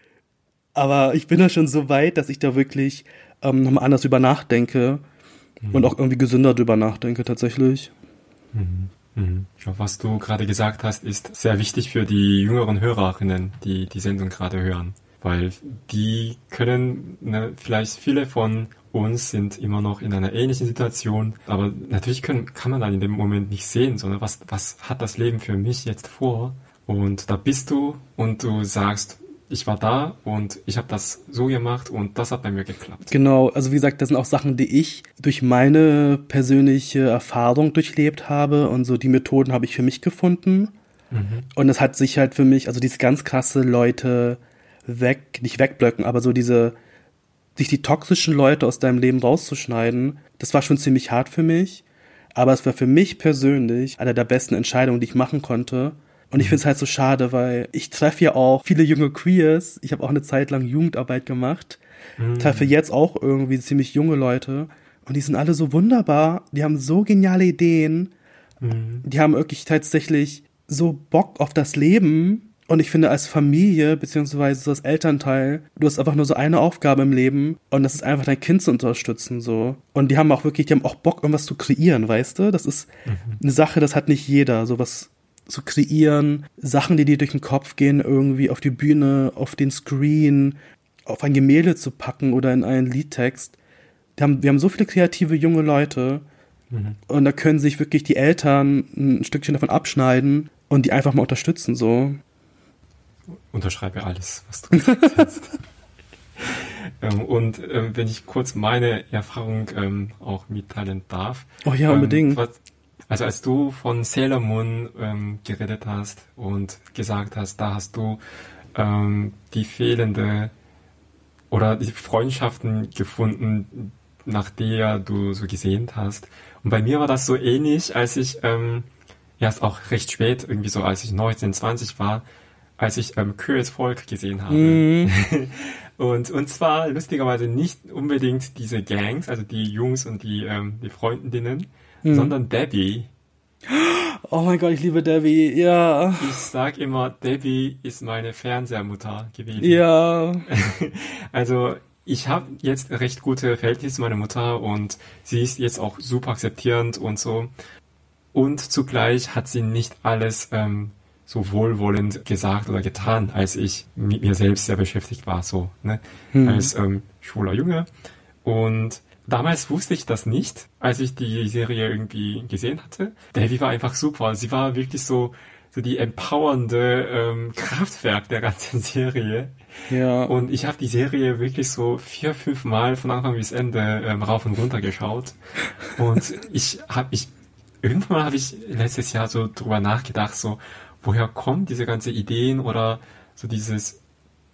Aber ich bin da schon so weit, dass ich da wirklich ähm, nochmal anders drüber nachdenke mhm. und auch irgendwie gesünder drüber nachdenke tatsächlich. Mhm. Mhm. Was du gerade gesagt hast, ist sehr wichtig für die jüngeren Hörerinnen, die die Sendung gerade hören. Weil die können, ne, vielleicht viele von uns sind immer noch in einer ähnlichen Situation, aber natürlich können, kann man dann in dem Moment nicht sehen, sondern was, was hat das Leben für mich jetzt vor? Und da bist du und du sagst, ich war da und ich habe das so gemacht und das hat bei mir geklappt. Genau, also wie gesagt, das sind auch Sachen, die ich durch meine persönliche Erfahrung durchlebt habe und so die Methoden habe ich für mich gefunden. Mhm. Und es hat sich halt für mich, also diese ganz krasse Leute weg, nicht wegblöcken, aber so diese, sich die toxischen Leute aus deinem Leben rauszuschneiden, das war schon ziemlich hart für mich. Aber es war für mich persönlich eine der besten Entscheidungen, die ich machen konnte. Und ich finde es halt so schade, weil ich treffe ja auch viele junge Queers. Ich habe auch eine Zeit lang Jugendarbeit gemacht. Mhm. Treffe jetzt auch irgendwie ziemlich junge Leute. Und die sind alle so wunderbar. Die haben so geniale Ideen. Mhm. Die haben wirklich tatsächlich so Bock auf das Leben. Und ich finde, als Familie, beziehungsweise als Elternteil, du hast einfach nur so eine Aufgabe im Leben. Und das ist einfach, dein Kind zu unterstützen, so. Und die haben auch wirklich, die haben auch Bock, irgendwas zu kreieren, weißt du? Das ist mhm. eine Sache, das hat nicht jeder, sowas zu kreieren, Sachen, die dir durch den Kopf gehen, irgendwie auf die Bühne, auf den Screen, auf ein Gemälde zu packen oder in einen Liedtext. Wir haben, wir haben so viele kreative junge Leute mhm. und da können sich wirklich die Eltern ein Stückchen davon abschneiden und die einfach mal unterstützen, so. Unterschreibe alles, was du gesagt hast. ähm, und ähm, wenn ich kurz meine Erfahrung ähm, auch mitteilen darf. Oh ja, unbedingt. Ähm, was, Also als du von Sailor Moon ähm, geredet hast und gesagt hast, da hast du ähm, die fehlende oder die Freundschaften gefunden, nach der du so gesehnt hast. Und bei mir war das so ähnlich, als ich ähm, erst auch recht spät, irgendwie so als ich neunzehn, zwanzig war, als ich ähm, Queer as Folk gesehen habe. Mm. und, und zwar lustigerweise nicht unbedingt diese Gangs, also die Jungs und die, ähm, die Freundinnen, Hm. sondern Debbie. Oh mein Gott, ich liebe Debbie, ja. Ich sag immer, Debbie ist meine Fernsehermutter gewesen. Ja. Also ich habe jetzt recht gute Verhältnisse zu meiner Mutter und sie ist jetzt auch super akzeptierend und so. Und zugleich hat sie nicht alles ähm, so wohlwollend gesagt oder getan, als ich mit mir selbst sehr beschäftigt war, so, ne? Hm. Als ähm, schwuler Junge. Und Damals wusste ich das nicht, als ich die Serie irgendwie gesehen hatte. Debbie war einfach super. Sie war wirklich so, so die empowernde ähm, Kraftwerk der ganzen Serie. Ja. Und ich habe die Serie wirklich so vier, fünf Mal von Anfang bis Ende ähm, rauf und runter geschaut. Und ich habe ich irgendwann mal habe ich letztes Jahr so drüber nachgedacht, so woher kommen diese ganzen Ideen oder so dieses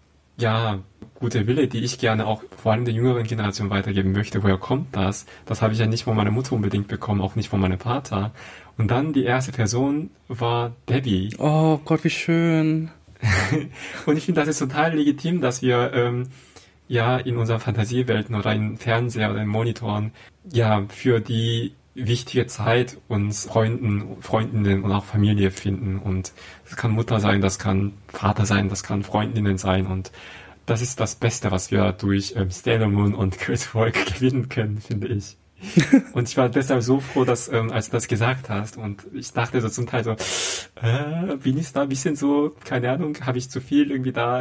ja, gute Wille, die ich gerne auch vor allem der jüngeren Generation weitergeben möchte. Woher kommt das? Das habe ich ja nicht von meiner Mutter unbedingt bekommen, auch nicht von meinem Vater. Und dann die erste Person war Debbie. Oh Gott, wie schön. Und ich finde, das ist total legitim, dass wir ähm, ja in unseren Fantasiewelten oder in Fernseher oder in Monitoren ja für die wichtige Zeit uns Freunden, Freundinnen und auch Familie finden. Und das kann Mutter sein, das kann Vater sein, das kann Freundinnen sein. Und das ist das Beste, was wir durch ähm, Sailor Moon und Chris Volk gewinnen können, finde ich. Und ich war deshalb so froh, dass ähm, als du das gesagt hast. Und ich dachte so zum Teil so, äh, bin ich da ein bisschen so, keine Ahnung, habe ich zu viel irgendwie da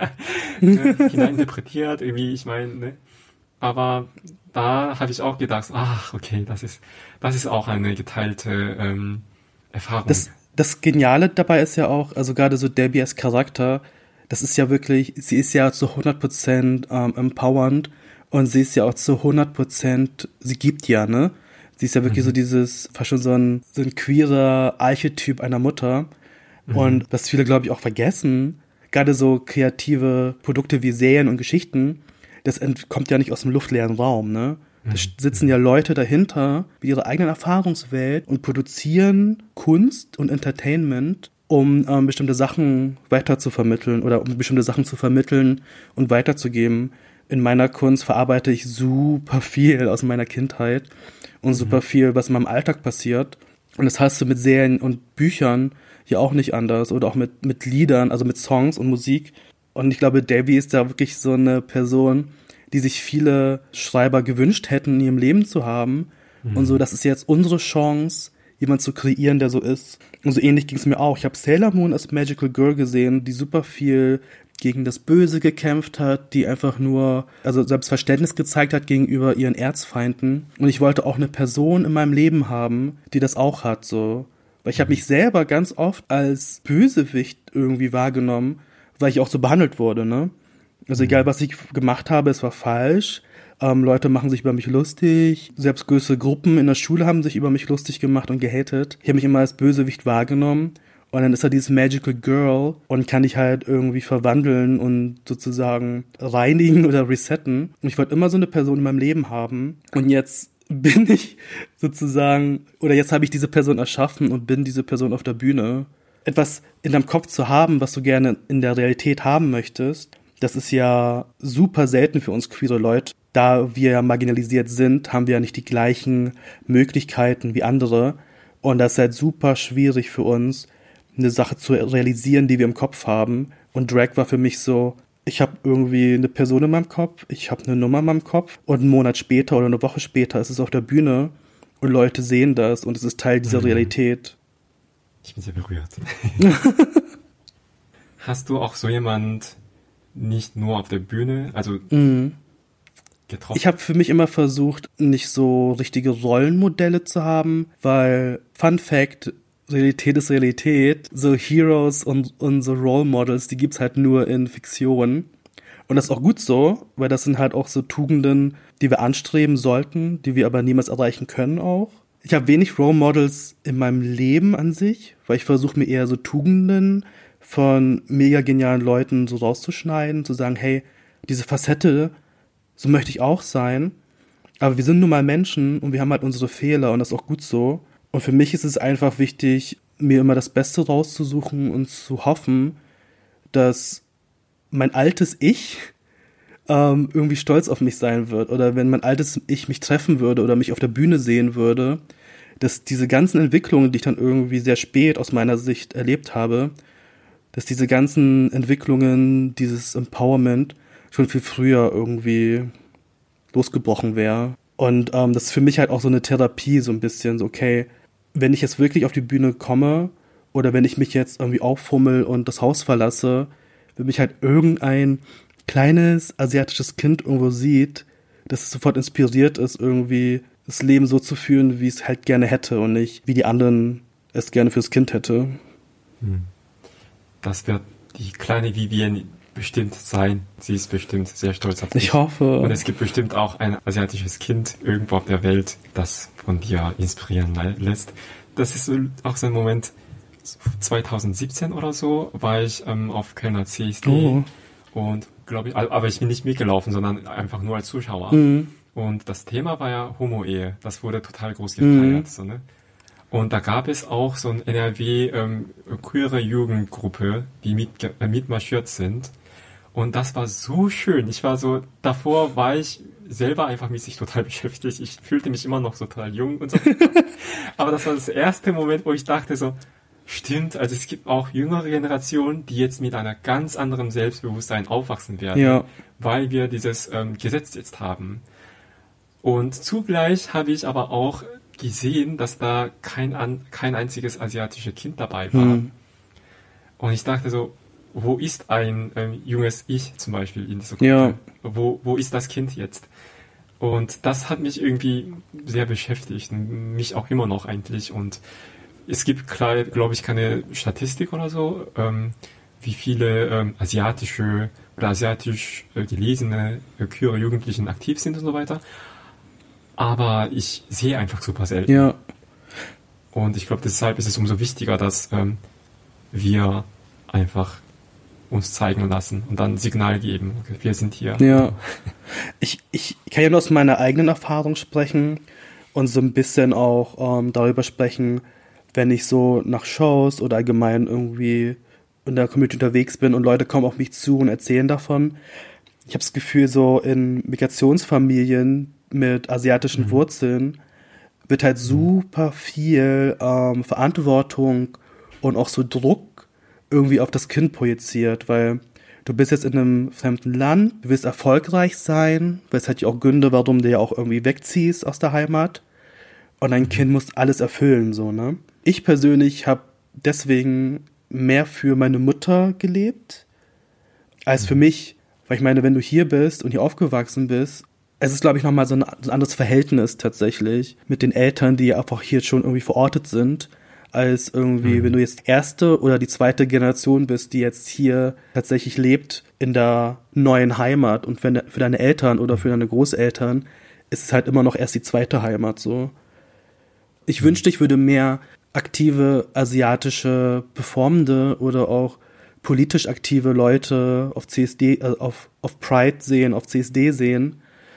äh, hineininterpretiert, irgendwie, ich meine, ne? Aber da habe ich auch gedacht, ach, okay, das ist, das ist auch eine geteilte ähm, Erfahrung. Das, das Geniale dabei ist ja auch, also gerade so Debbie als Charakter, das ist ja wirklich, sie ist ja zu hundert Prozent ähm, empowernd und sie ist ja auch zu hundert Prozent, sie gibt ja, ne? Sie ist ja wirklich mhm. so dieses, fast schon so ein, so ein queerer Archetyp einer Mutter. Mhm. Und was viele, glaube ich, auch vergessen, gerade so kreative Produkte wie Serien und Geschichten, das kommt ja nicht aus dem luftleeren Raum, ne? Da sitzen ja Leute dahinter mit ihrer eigenen Erfahrungswelt und produzieren Kunst und Entertainment, um ähm, bestimmte Sachen weiter zu vermitteln oder um bestimmte Sachen zu vermitteln und weiterzugeben. In meiner Kunst verarbeite ich super viel aus meiner Kindheit und super mhm. viel, was in meinem Alltag passiert. Und das hast du mit Serien und Büchern ja auch nicht anders oder auch mit, mit Liedern, also mit Songs und Musik. Und ich glaube, Debbie ist da wirklich so eine Person, die sich viele Schreiber gewünscht hätten, in ihrem Leben zu haben. Mhm. Und so, das ist jetzt unsere Chance, jemanden zu kreieren, der so ist. Und so ähnlich ging es mir auch. Ich habe Sailor Moon als Magical Girl gesehen, die super viel gegen das Böse gekämpft hat, die einfach nur, also Selbstverständnis gezeigt hat gegenüber ihren Erzfeinden. Und ich wollte auch eine Person in meinem Leben haben, die das auch hat, so. Weil ich habe mich selber ganz oft als Bösewicht irgendwie wahrgenommen, weil ich auch so behandelt wurde, ne? Also egal, was ich gemacht habe, es war falsch. Ähm, Leute machen sich über mich lustig. Selbst größere Gruppen in der Schule haben sich über mich lustig gemacht und gehatet. Ich habe mich immer als Bösewicht wahrgenommen. Und dann ist da dieses Magical Girl und kann ich halt irgendwie verwandeln und sozusagen reinigen oder resetten. Und ich wollte immer so eine Person in meinem Leben haben. Und jetzt bin ich sozusagen, oder jetzt habe ich diese Person erschaffen und bin diese Person auf der Bühne. Etwas in deinem Kopf zu haben, was du gerne in der Realität haben möchtest, das ist ja super selten für uns queere Leute. Da wir ja marginalisiert sind, haben wir ja nicht die gleichen Möglichkeiten wie andere. Und das ist halt super schwierig für uns, eine Sache zu realisieren, die wir im Kopf haben. Und Drag war für mich so, ich habe irgendwie eine Person in meinem Kopf, ich habe eine Nummer in meinem Kopf und einen Monat später oder eine Woche später ist es auf der Bühne und Leute sehen das und es ist Teil dieser mhm. Realität. Ich bin sehr berührt. Hast du auch so jemand nicht nur auf der Bühne, also mhm. getroffen? Ich habe für mich immer versucht, nicht so richtige Rollenmodelle zu haben, weil, Fun Fact, Realität ist Realität, so Heroes und, und so Role Models, die gibt's halt nur in Fiktion. Und das ist auch gut so, weil das sind halt auch so Tugenden, die wir anstreben sollten, die wir aber niemals erreichen können auch. Ich habe wenig Role Models in meinem Leben an sich, weil ich versuche mir eher so Tugenden von mega genialen Leuten so rauszuschneiden, zu sagen, hey, diese Facette, so möchte ich auch sein. Aber wir sind nun mal Menschen und wir haben halt unsere Fehler und das ist auch gut so. Und für mich ist es einfach wichtig, mir immer das Beste rauszusuchen und zu hoffen, dass mein altes Ich ähm, irgendwie stolz auf mich sein wird. Oder wenn mein altes Ich mich treffen würde oder mich auf der Bühne sehen würde, dass diese ganzen Entwicklungen, die ich dann irgendwie sehr spät aus meiner Sicht erlebt habe, dass diese ganzen Entwicklungen, dieses Empowerment schon viel früher irgendwie losgebrochen wäre. Und ähm, das ist für mich halt auch so eine Therapie, so ein bisschen so, okay, wenn ich jetzt wirklich auf die Bühne komme oder wenn ich mich jetzt irgendwie auffummel und das Haus verlasse, wenn mich halt irgendein kleines asiatisches Kind irgendwo sieht, dass es sofort inspiriert ist, irgendwie das Leben so zu führen, wie es halt gerne hätte und nicht, wie die anderen es gerne fürs Kind hätte. Das wird die kleine Vivienne bestimmt sein. Sie ist bestimmt sehr stolz auf dich. Ich hoffe. Und es gibt bestimmt auch ein asiatisches Kind irgendwo auf der Welt, das von dir inspirieren lässt. Das ist auch so ein Moment, zwanzig siebzehn oder so, war ich ähm, auf Kölner C S D Oh. und glaube ich, aber ich bin nicht mitgelaufen, sondern einfach nur als Zuschauer. Mhm. Und das Thema war ja Homo-Ehe. Das wurde total groß gefeiert. Mhm. So, ne? Und da gab es auch so ein N R W ähm, queere Jugendgruppe, die mit, äh, mitmarschiert sind. Und das war so schön. Ich war so, davor war ich selber einfach mit sich total beschäftigt. Ich fühlte mich immer noch total jung und so. Aber das war das erste Moment, wo ich dachte so, stimmt, also es gibt auch jüngere Generationen, die jetzt mit einer ganz anderen Selbstbewusstsein aufwachsen werden, Ja. weil wir dieses ähm, Gesetz jetzt haben. Und zugleich habe ich aber auch gesehen, dass da kein, an, kein einziges asiatisches Kind dabei war. Mhm. Und ich dachte so, wo ist ein ähm, junges Ich zum Beispiel in dieser Gruppe? Ja. Wo, wo ist das Kind jetzt? Und das hat mich irgendwie sehr beschäftigt, mich auch immer noch eigentlich. Und es gibt, klar, glaube ich, keine Statistik oder so, ähm, wie viele ähm, asiatische oder asiatisch äh, gelesene äh, queere Jugendlichen aktiv sind und so weiter. Aber ich sehe einfach super selten. Ja. Und ich glaube, deshalb ist es umso wichtiger, dass ähm, wir einfach uns zeigen lassen und dann Signal geben. Okay, wir sind hier. Ja. Ich, ich kann ja nur aus meiner eigenen Erfahrung sprechen und so ein bisschen auch ähm, darüber sprechen, wenn ich so nach Shows oder allgemein irgendwie in der Community unterwegs bin und Leute kommen auf mich zu und erzählen davon. Ich habe das Gefühl, so in Migrationsfamilien mit asiatischen mhm. Wurzeln wird halt super viel ähm, Verantwortung und auch so Druck irgendwie auf das Kind projiziert, weil du bist jetzt in einem fremden Land, du willst erfolgreich sein, weil es hat ja auch Gründe, warum du ja auch irgendwie wegziehst aus der Heimat und dein Kind muss alles erfüllen, so, ne? Ich persönlich habe deswegen mehr für meine Mutter gelebt, als für mich, weil ich meine, wenn du hier bist und hier aufgewachsen bist, es ist, glaube ich, nochmal so ein anderes Verhältnis tatsächlich mit den Eltern, die einfach hier schon irgendwie verortet sind, als irgendwie, mhm. wenn du jetzt erste oder die zweite Generation bist, die jetzt hier tatsächlich lebt in der neuen Heimat und für, für deine Eltern oder für deine Großeltern ist es halt immer noch erst die zweite Heimat, so. Ich mhm. wünschte, ich würde mehr aktive asiatische Performende oder auch politisch aktive Leute auf C S D, äh, auf, auf Pride sehen, auf C S D sehen,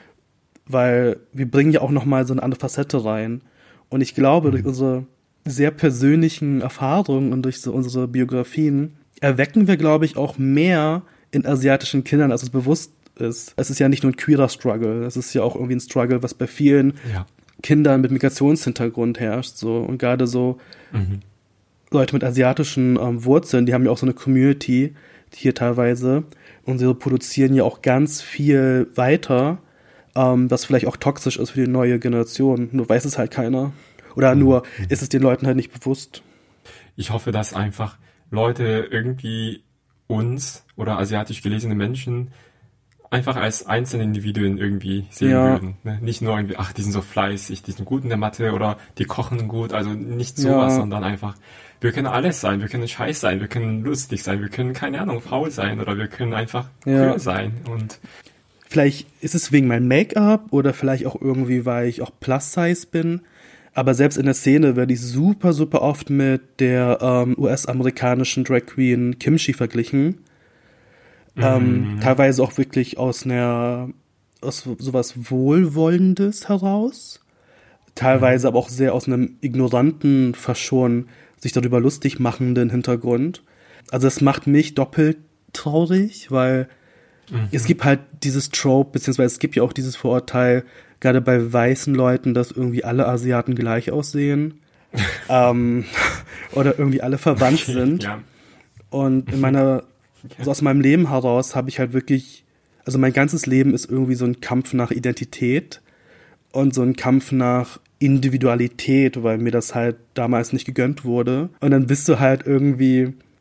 weil wir bringen ja auch nochmal so eine andere Facette rein. Und ich glaube, mhm. durch unsere sehr persönlichen Erfahrungen und durch so unsere Biografien erwecken wir, glaube ich, auch mehr in asiatischen Kindern, als es bewusst ist. Es ist ja nicht nur ein queerer Struggle, es ist ja auch irgendwie ein Struggle, was bei vielen ja. Kindern mit Migrationshintergrund herrscht. So. Und gerade so mhm. Leute mit asiatischen ähm, Wurzeln, die haben ja auch so eine Community, die hier teilweise, und sie produzieren ja auch ganz viel weiter, ähm, was vielleicht auch toxisch ist für die neue Generation. Nur weiß es halt keiner. Oder mhm. nur ist es den Leuten halt nicht bewusst. Ich hoffe, dass einfach Leute irgendwie uns oder asiatisch gelesene Menschen einfach als einzelne Individuen irgendwie sehen ja. würden. Ne? Nicht nur irgendwie, ach, die sind so fleißig, die sind gut in der Mathe oder die kochen gut, also nicht sowas, ja. sondern einfach, wir können alles sein, wir können scheiß sein, wir können lustig sein, wir können, keine Ahnung, faul sein oder wir können einfach ja. cool sein. Und vielleicht ist es wegen meinem Make-up oder vielleicht auch irgendwie, weil ich auch Plus-Size bin, aber selbst in der Szene werde ich super, super oft mit der ähm, U S-amerikanischen Drag Queen Kimchi verglichen. Ähm, mm. Teilweise auch wirklich aus einer, aus sowas Wohlwollendes heraus. Teilweise mm. aber auch sehr aus einem ignoranten, verschonen, sich darüber lustig machenden Hintergrund. Also es macht mich doppelt traurig, weil mm-hmm. es gibt halt dieses Trope, beziehungsweise es gibt ja auch dieses Vorurteil, gerade bei weißen Leuten, dass irgendwie alle Asiaten gleich aussehen. ähm, oder irgendwie alle verwandt sind. Ja. Und in meiner Also aus meinem Leben heraus habe ich halt wirklich, also mein ganzes Leben ist irgendwie so ein Kampf nach Identität und so ein Kampf nach Individualität, weil mir das halt damals nicht gegönnt wurde. Und dann bist du halt irgendwie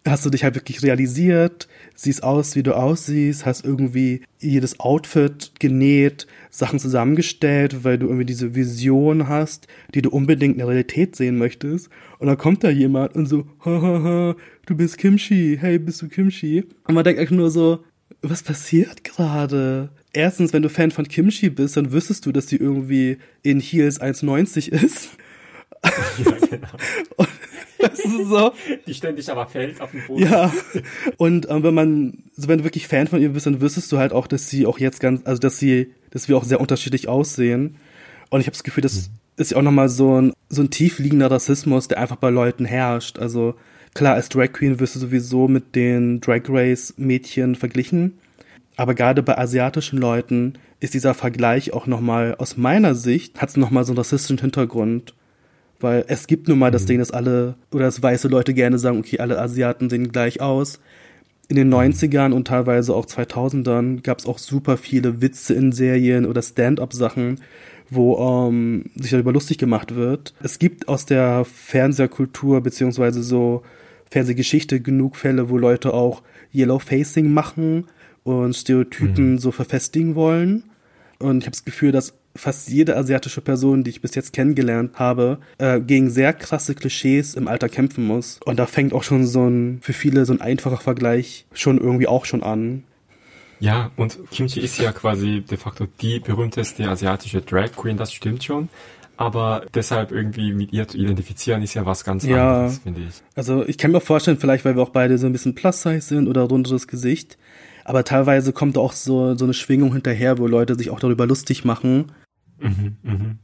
hast du dich halt wirklich realisiert, siehst aus, wie du aussiehst, hast irgendwie jedes Outfit genäht, Sachen zusammengestellt, weil du irgendwie diese Vision hast, die du unbedingt in der Realität sehen möchtest. Und dann kommt da jemand und so, hahaha, du bist Kimchi, hey, bist du Kimchi? Und man denkt eigentlich nur so, was passiert gerade? Erstens, wenn du Fan von Kimchi bist, dann wüsstest du, dass die irgendwie in Heels eins neunzig ist. Ja, genau. Und das ist so. Die ständig aber fällt auf den Boden. Ja. Und ähm, wenn man, also wenn du wirklich Fan von ihr bist, dann wüsstest du halt auch, dass sie auch jetzt ganz, also dass sie, dass wir auch sehr unterschiedlich aussehen. Und ich habe das Gefühl, das mhm. ist ja auch nochmal so ein, so ein tiefliegender Rassismus, der einfach bei Leuten herrscht. Also klar, als Drag Queen wirst du sowieso mit den Drag Race Mädchen verglichen. Aber gerade bei asiatischen Leuten ist dieser Vergleich auch nochmal, aus meiner Sicht, hat es nochmal so einen rassistischen Hintergrund. Weil es gibt nun mal das Ding, dass alle, oder dass weiße Leute gerne sagen, okay, alle Asiaten sehen gleich aus. In den neunzigern und teilweise auch zweitausendern gab es auch super viele Witze in Serien oder Stand-up-Sachen, wo ähm, sich darüber lustig gemacht wird. Es gibt aus der Fernsehkultur beziehungsweise so Fernsehgeschichte genug Fälle, wo Leute auch Yellow-Facing machen und Stereotypen mhm. so verfestigen wollen. Und ich habe das Gefühl, dass fast jede asiatische Person, die ich bis jetzt kennengelernt habe, äh, gegen sehr krasse Klischees im Alter kämpfen muss. Und da fängt auch schon so ein, für viele so ein einfacher Vergleich schon irgendwie auch schon an. Ja, und Kimchi ist ja quasi de facto die berühmteste asiatische Drag Queen, das stimmt schon. Aber deshalb irgendwie mit ihr zu identifizieren, ist ja was ganz ja, anderes, finde ich. Also ich kann mir vorstellen, vielleicht, weil wir auch beide so ein bisschen Plus-Size sind oder runderes Gesicht. Aber teilweise kommt auch so, so eine Schwingung hinterher, wo Leute sich auch darüber lustig machen. Mhm, mhm.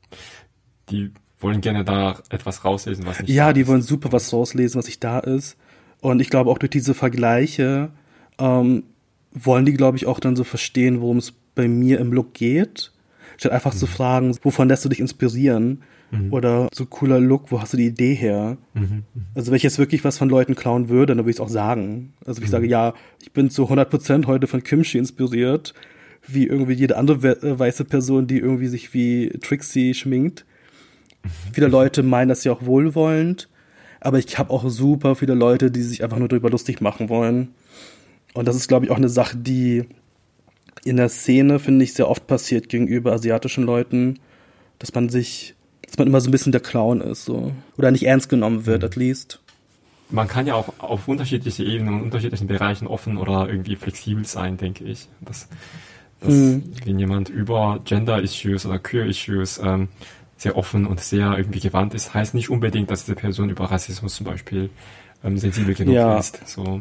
Die wollen gerne da etwas rauslesen, was nicht ja, da ist. Ja, die wollen super was rauslesen, was nicht da ist. Und ich glaube auch durch diese Vergleiche ähm, wollen die, glaube ich, auch dann so verstehen, worum es bei mir im Look geht. Statt einfach mhm. zu fragen, wovon lässt du dich inspirieren? Mhm. Oder so cooler Look, wo hast du die Idee her? Mhm. Also wenn ich jetzt wirklich was von Leuten klauen würde, dann würde ich es auch sagen. Also wenn ich mhm. sage, ja, ich bin zu hundert Prozent heute von Kimchi inspiriert, wie irgendwie jede andere we- weiße Person, die irgendwie sich wie Trixie schminkt. Mhm. Viele Leute meinen das ja auch wohlwollend, aber ich habe auch super viele Leute, die sich einfach nur darüber lustig machen wollen. Und das ist, glaube ich, auch eine Sache, die in der Szene, finde ich, sehr oft passiert gegenüber asiatischen Leuten, dass man sich, dass man immer so ein bisschen der Clown ist, so. Oder nicht ernst genommen wird, mhm. at least. Man kann ja auch auf unterschiedliche Ebenen und unterschiedlichen Bereichen offen oder irgendwie flexibel sein, denke ich. Das, dass mhm. wenn jemand über Gender-Issues oder Queer-Issues ähm, sehr offen und sehr irgendwie gewandt ist, heißt nicht unbedingt, dass diese Person über Rassismus zum Beispiel ähm, sensibel genug ja. ist. So.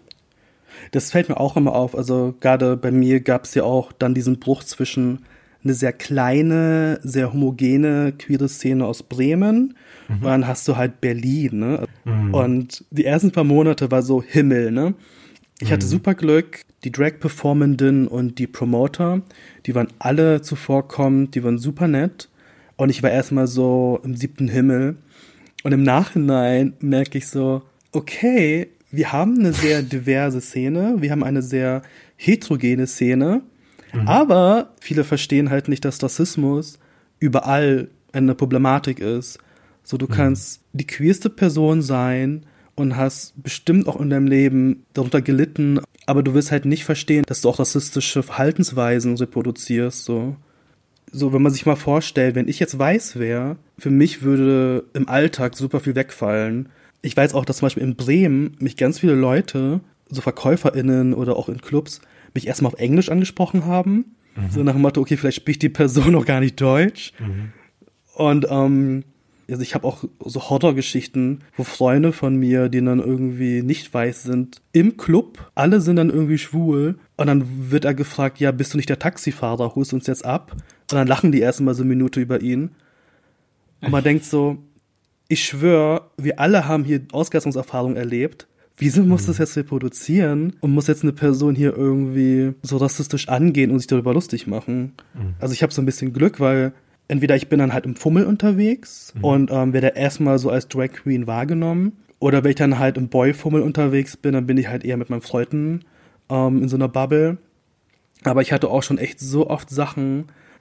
Das fällt mir auch immer auf. Also gerade bei mir gab es ja auch dann diesen Bruch zwischen eine sehr kleine, sehr homogene queere Szene aus Bremen mhm. und dann hast du halt Berlin, ne? Mhm. Und die ersten paar Monate war so Himmel, ne? Ich hatte mhm. super Glück, die Drag-Performenden und die Promoter, die waren alle zuvorkommend, die waren super nett und ich war erstmal so im siebten Himmel und im Nachhinein merke ich so, okay, wir haben eine sehr diverse Szene, wir haben eine sehr heterogene Szene, mhm. aber viele verstehen halt nicht, dass Rassismus überall eine Problematik ist. So, du mhm. kannst die queerste Person sein und hast bestimmt auch in deinem Leben darunter gelitten, aber du wirst halt nicht verstehen, dass du auch rassistische Verhaltensweisen reproduzierst, so. So, wenn man sich mal vorstellt, wenn ich jetzt weiß wäre, für mich würde im Alltag super viel wegfallen. Ich weiß auch, dass zum Beispiel in Bremen mich ganz viele Leute, so VerkäuferInnen oder auch in Clubs, mich erstmal auf Englisch angesprochen haben. Mhm. So nach dem Motto, okay, vielleicht spricht die Person noch gar nicht Deutsch. Mhm. Und ähm, also ich habe auch so Horrorgeschichten, wo Freunde von mir, die dann irgendwie nicht weiß sind, im Club, alle sind dann irgendwie schwul. Und dann wird er gefragt, ja, bist du nicht der Taxifahrer, holst uns jetzt ab? Und dann lachen die erstmal so eine Minute über ihn. Und man denkt so, ich schwöre, wir alle haben hier Ausgrenzungserfahrung erlebt. Wieso muss mhm. das jetzt reproduzieren und muss jetzt eine Person hier irgendwie so rassistisch angehen und sich darüber lustig machen? Mhm. Also ich habe so ein bisschen Glück, weil entweder ich bin dann halt im Fummel unterwegs mhm. und ähm, werde erstmal so als Drag Queen wahrgenommen, oder wenn ich dann halt im Boy-Fummel unterwegs bin, dann bin ich halt eher mit meinen Freunden ähm, in so einer Bubble. Aber ich hatte auch schon echt so oft Sachen,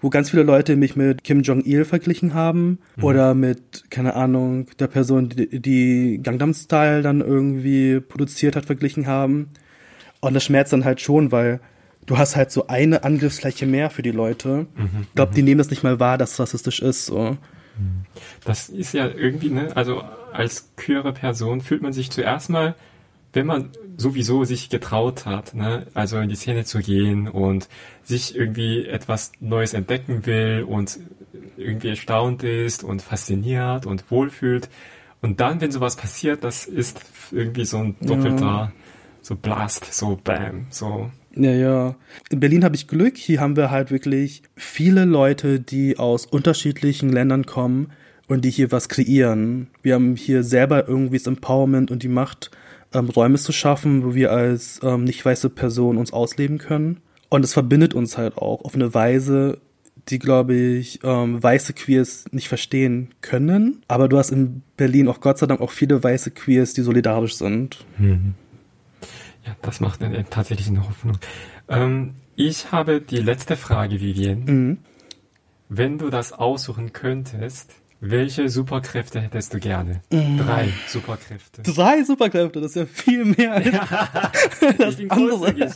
wo ganz viele Leute mich mit Kim Jong-il verglichen haben mhm. oder mit, keine Ahnung, der Person, die, die Gangnam Style dann irgendwie produziert hat, verglichen haben. Und das schmerzt dann halt schon, weil du hast halt so eine Angriffsfläche mehr für die Leute. Mhm. Ich glaube, die nehmen das nicht mal wahr, dass es rassistisch ist. So. Das ist ja irgendwie, ne, also als queere Person fühlt man sich zuerst mal, wenn man sowieso sich getraut hat, ne, also in die Szene zu gehen und sich irgendwie etwas Neues entdecken will und irgendwie erstaunt ist und fasziniert und wohlfühlt. Und dann, wenn sowas passiert, das ist irgendwie so ein doppelter, ja. so Blast, so Bam, so. Ja, ja. In Berlin habe ich Glück. Hier haben wir halt wirklich viele Leute, die aus unterschiedlichen Ländern kommen und die hier was kreieren. Wir haben hier selber irgendwie das Empowerment und die Macht, ähm, Räume zu schaffen, wo wir als ähm, nicht weiße Person uns ausleben können. Und es verbindet uns halt auch auf eine Weise, die, glaube ich, ähm, weiße Queers nicht verstehen können. Aber du hast in Berlin auch Gott sei Dank auch viele weiße Queers, die solidarisch sind. Mhm. Ja, das macht eine, tatsächlich eine Hoffnung. Ähm, ich habe die letzte Frage, Vivienne. Mhm. Wenn du das aussuchen könntest, welche Superkräfte hättest du gerne? Mhm. Drei Superkräfte. Drei Superkräfte, das ist ja viel mehr als ja, das ich bin andere.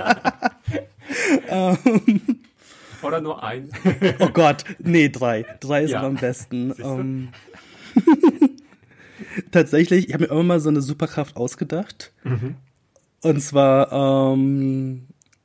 Oder nur ein? Oh Gott, nee, drei. Drei ist ja. am besten. Um, tatsächlich, ich habe mir immer mal so eine Superkraft ausgedacht. Mhm. Und zwar ähm,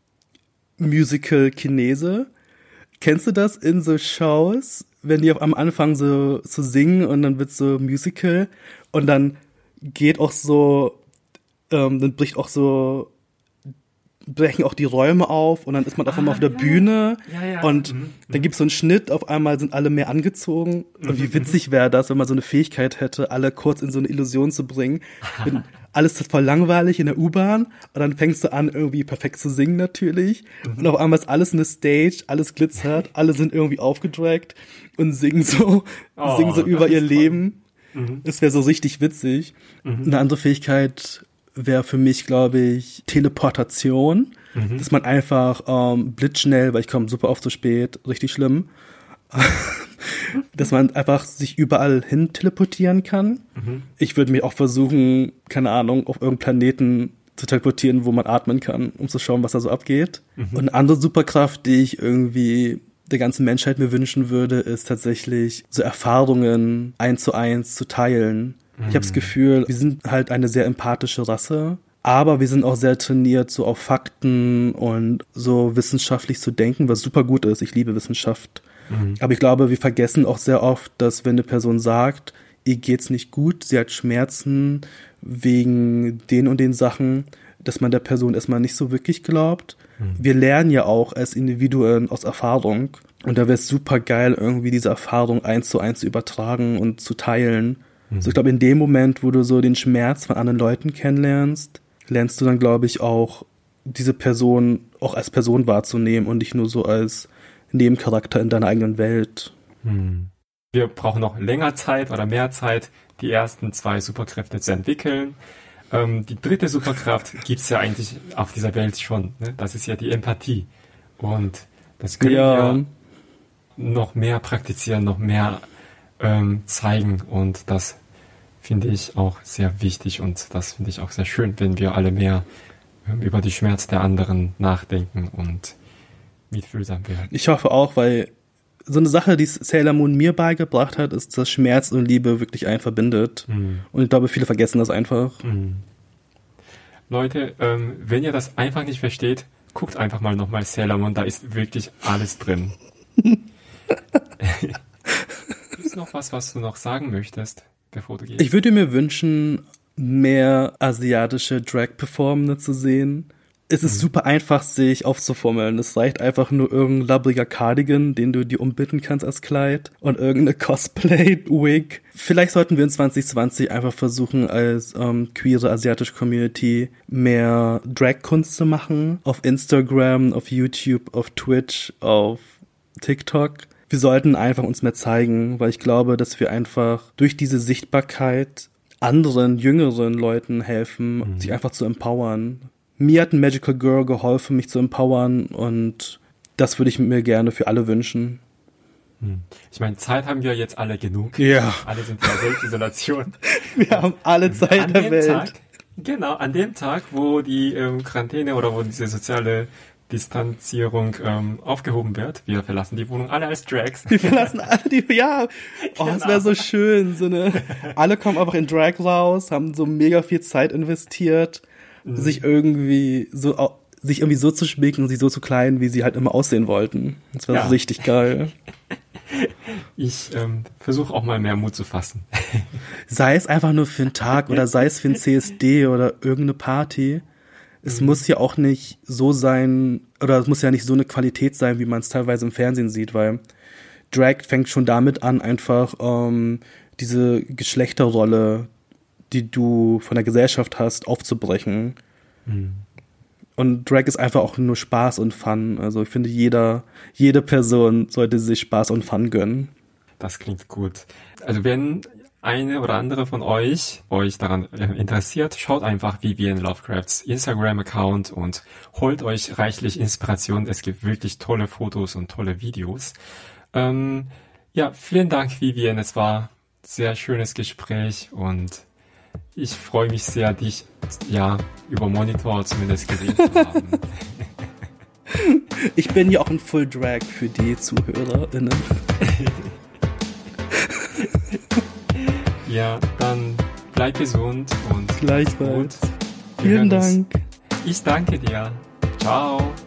Musical Chinese. Kennst du das in so Shows, wenn die am Anfang so zu so singen und dann wird so Musical und dann geht auch so, ähm, dann bricht auch so, brechen auch die Räume auf und dann ist man auf einmal ah, auf der ja, Bühne ja, ja. und mhm. dann gibt's so einen Schnitt, auf einmal sind alle mehr angezogen mhm. und wie witzig wäre das, wenn man so eine Fähigkeit hätte, alle kurz in so eine Illusion zu bringen. Bin, alles ist voll langweilig in der U-Bahn und dann fängst du an, irgendwie perfekt zu singen natürlich mhm. und auf einmal ist alles eine Stage, alles glitzert, alle sind irgendwie aufgedragt und singen so, oh, singen so über ihr Leben. Mhm. Das wäre so richtig witzig. Mhm. Eine andere Fähigkeit wäre für mich, glaube ich, Teleportation. Mhm. Dass man einfach ähm, blitzschnell, weil ich komme super oft zu spät, richtig schlimm, dass man einfach sich überall hin teleportieren kann. Mhm. Ich würde mir auch versuchen, keine Ahnung, auf irgendeinen Planeten zu teleportieren, wo man atmen kann, um zu schauen, was da so abgeht. Mhm. Und eine andere Superkraft, die ich irgendwie der ganzen Menschheit mir wünschen würde, ist tatsächlich so Erfahrungen eins zu eins zu teilen. Ich habe das Gefühl, wir sind halt eine sehr empathische Rasse, aber wir sind auch sehr trainiert, so auf Fakten und so wissenschaftlich zu denken, was super gut ist. Ich liebe Wissenschaft. Mhm. Aber ich glaube, wir vergessen auch sehr oft, dass wenn eine Person sagt, ihr geht's nicht gut, sie hat Schmerzen wegen den und den Sachen, dass man der Person erstmal nicht so wirklich glaubt. Mhm. Wir lernen ja auch als Individuen aus Erfahrung und da wäre es super geil, irgendwie diese Erfahrung eins zu eins zu übertragen und zu teilen. So, ich glaube, in dem Moment, wo du so den Schmerz von anderen Leuten kennenlernst, lernst du dann, glaube ich, auch diese Person auch als Person wahrzunehmen und nicht nur so als Nebencharakter in deiner eigenen Welt. Hm. Wir brauchen noch länger Zeit oder mehr Zeit, die ersten zwei Superkräfte zu entwickeln. Ähm, die dritte Superkraft gibt's ja eigentlich auf dieser Welt schon. Ne? Das ist ja die Empathie. Und das können ja. wir noch mehr praktizieren, noch mehr ähm, zeigen. Und das finde ich auch sehr wichtig und das finde ich auch sehr schön, wenn wir alle mehr ähm, über die Schmerz der anderen nachdenken und mitfühlsam werden. Ich hoffe auch, weil so eine Sache, die Sailor Moon mir beigebracht hat, ist, dass Schmerz und Liebe wirklich einen verbindet. Mhm. Und ich glaube, viele vergessen das einfach. Mhm. Leute, ähm, wenn ihr das einfach nicht versteht, guckt einfach mal nochmal Sailor Moon, da ist wirklich alles drin. Gibt es noch was, was du noch sagen möchtest, bevor du gehst? Ich würde mir wünschen, mehr asiatische Drag-Performende zu sehen. Es ist mhm. super einfach, sich aufzuformeln. Es reicht einfach nur irgendein labbriger Cardigan, den du dir umbinden kannst als Kleid und irgendeine Cosplay-Wig. Vielleicht sollten wir in zwanzig zwanzig einfach versuchen, als ähm, queere asiatische Community mehr Drag-Kunst zu machen. Auf Instagram, auf YouTube, auf Twitch, auf TikTok. Wir sollten einfach uns mehr zeigen, weil ich glaube, dass wir einfach durch diese Sichtbarkeit anderen, jüngeren Leuten helfen, mhm. sich einfach zu empowern. Mir hat ein Magical Girl geholfen, mich zu empowern und das würde ich mir gerne für alle wünschen. Ich meine, Zeit haben wir jetzt alle genug. Ja. Alle sind in der Selbstisolation. Wir haben alle Zeit an der dem Welt. Tag, genau, an dem Tag, wo die ähm, Quarantäne oder wo diese soziale Distanzierung ähm, aufgehoben wird, wir verlassen die Wohnung alle als Drags. Wir verlassen alle die, ja, oh, Genau. es wäre so schön, so eine, alle kommen einfach in Drag raus, haben so mega viel Zeit investiert, mhm. sich irgendwie so, sich irgendwie so zu schminken und sich so zu kleiden, wie sie halt immer aussehen wollten. Das wäre Ja. richtig geil. Ich ähm, versuche auch mal mehr Mut zu fassen. Sei es einfach nur für einen Tag oder sei es für ein C S D oder irgendeine Party. Es mhm. muss ja auch nicht so sein, oder es muss ja nicht so eine Qualität sein, wie man es teilweise im Fernsehen sieht, weil Drag fängt schon damit an, einfach ähm, diese Geschlechterrolle, die du von der Gesellschaft hast, aufzubrechen. Mhm. Und Drag ist einfach auch nur Spaß und Fun. Also ich finde, jeder, jede Person sollte sich Spaß und Fun gönnen. Das klingt gut. Also wenn eine oder andere von euch euch daran interessiert, schaut einfach Vivienne Lovecrafts Instagram-Account und holt euch reichlich Inspiration. Es gibt wirklich tolle Fotos und tolle Videos. Ähm, ja, vielen Dank, Vivienne. Es war ein sehr schönes Gespräch und ich freue mich sehr, dich ja über Monitor zumindest gesehen zu haben. Ich bin ja auch in Full Drag für die ZuhörerInnen. Ja, dann bleib gesund und gleichfalls. Vielen Dank. Ich danke dir. Ciao.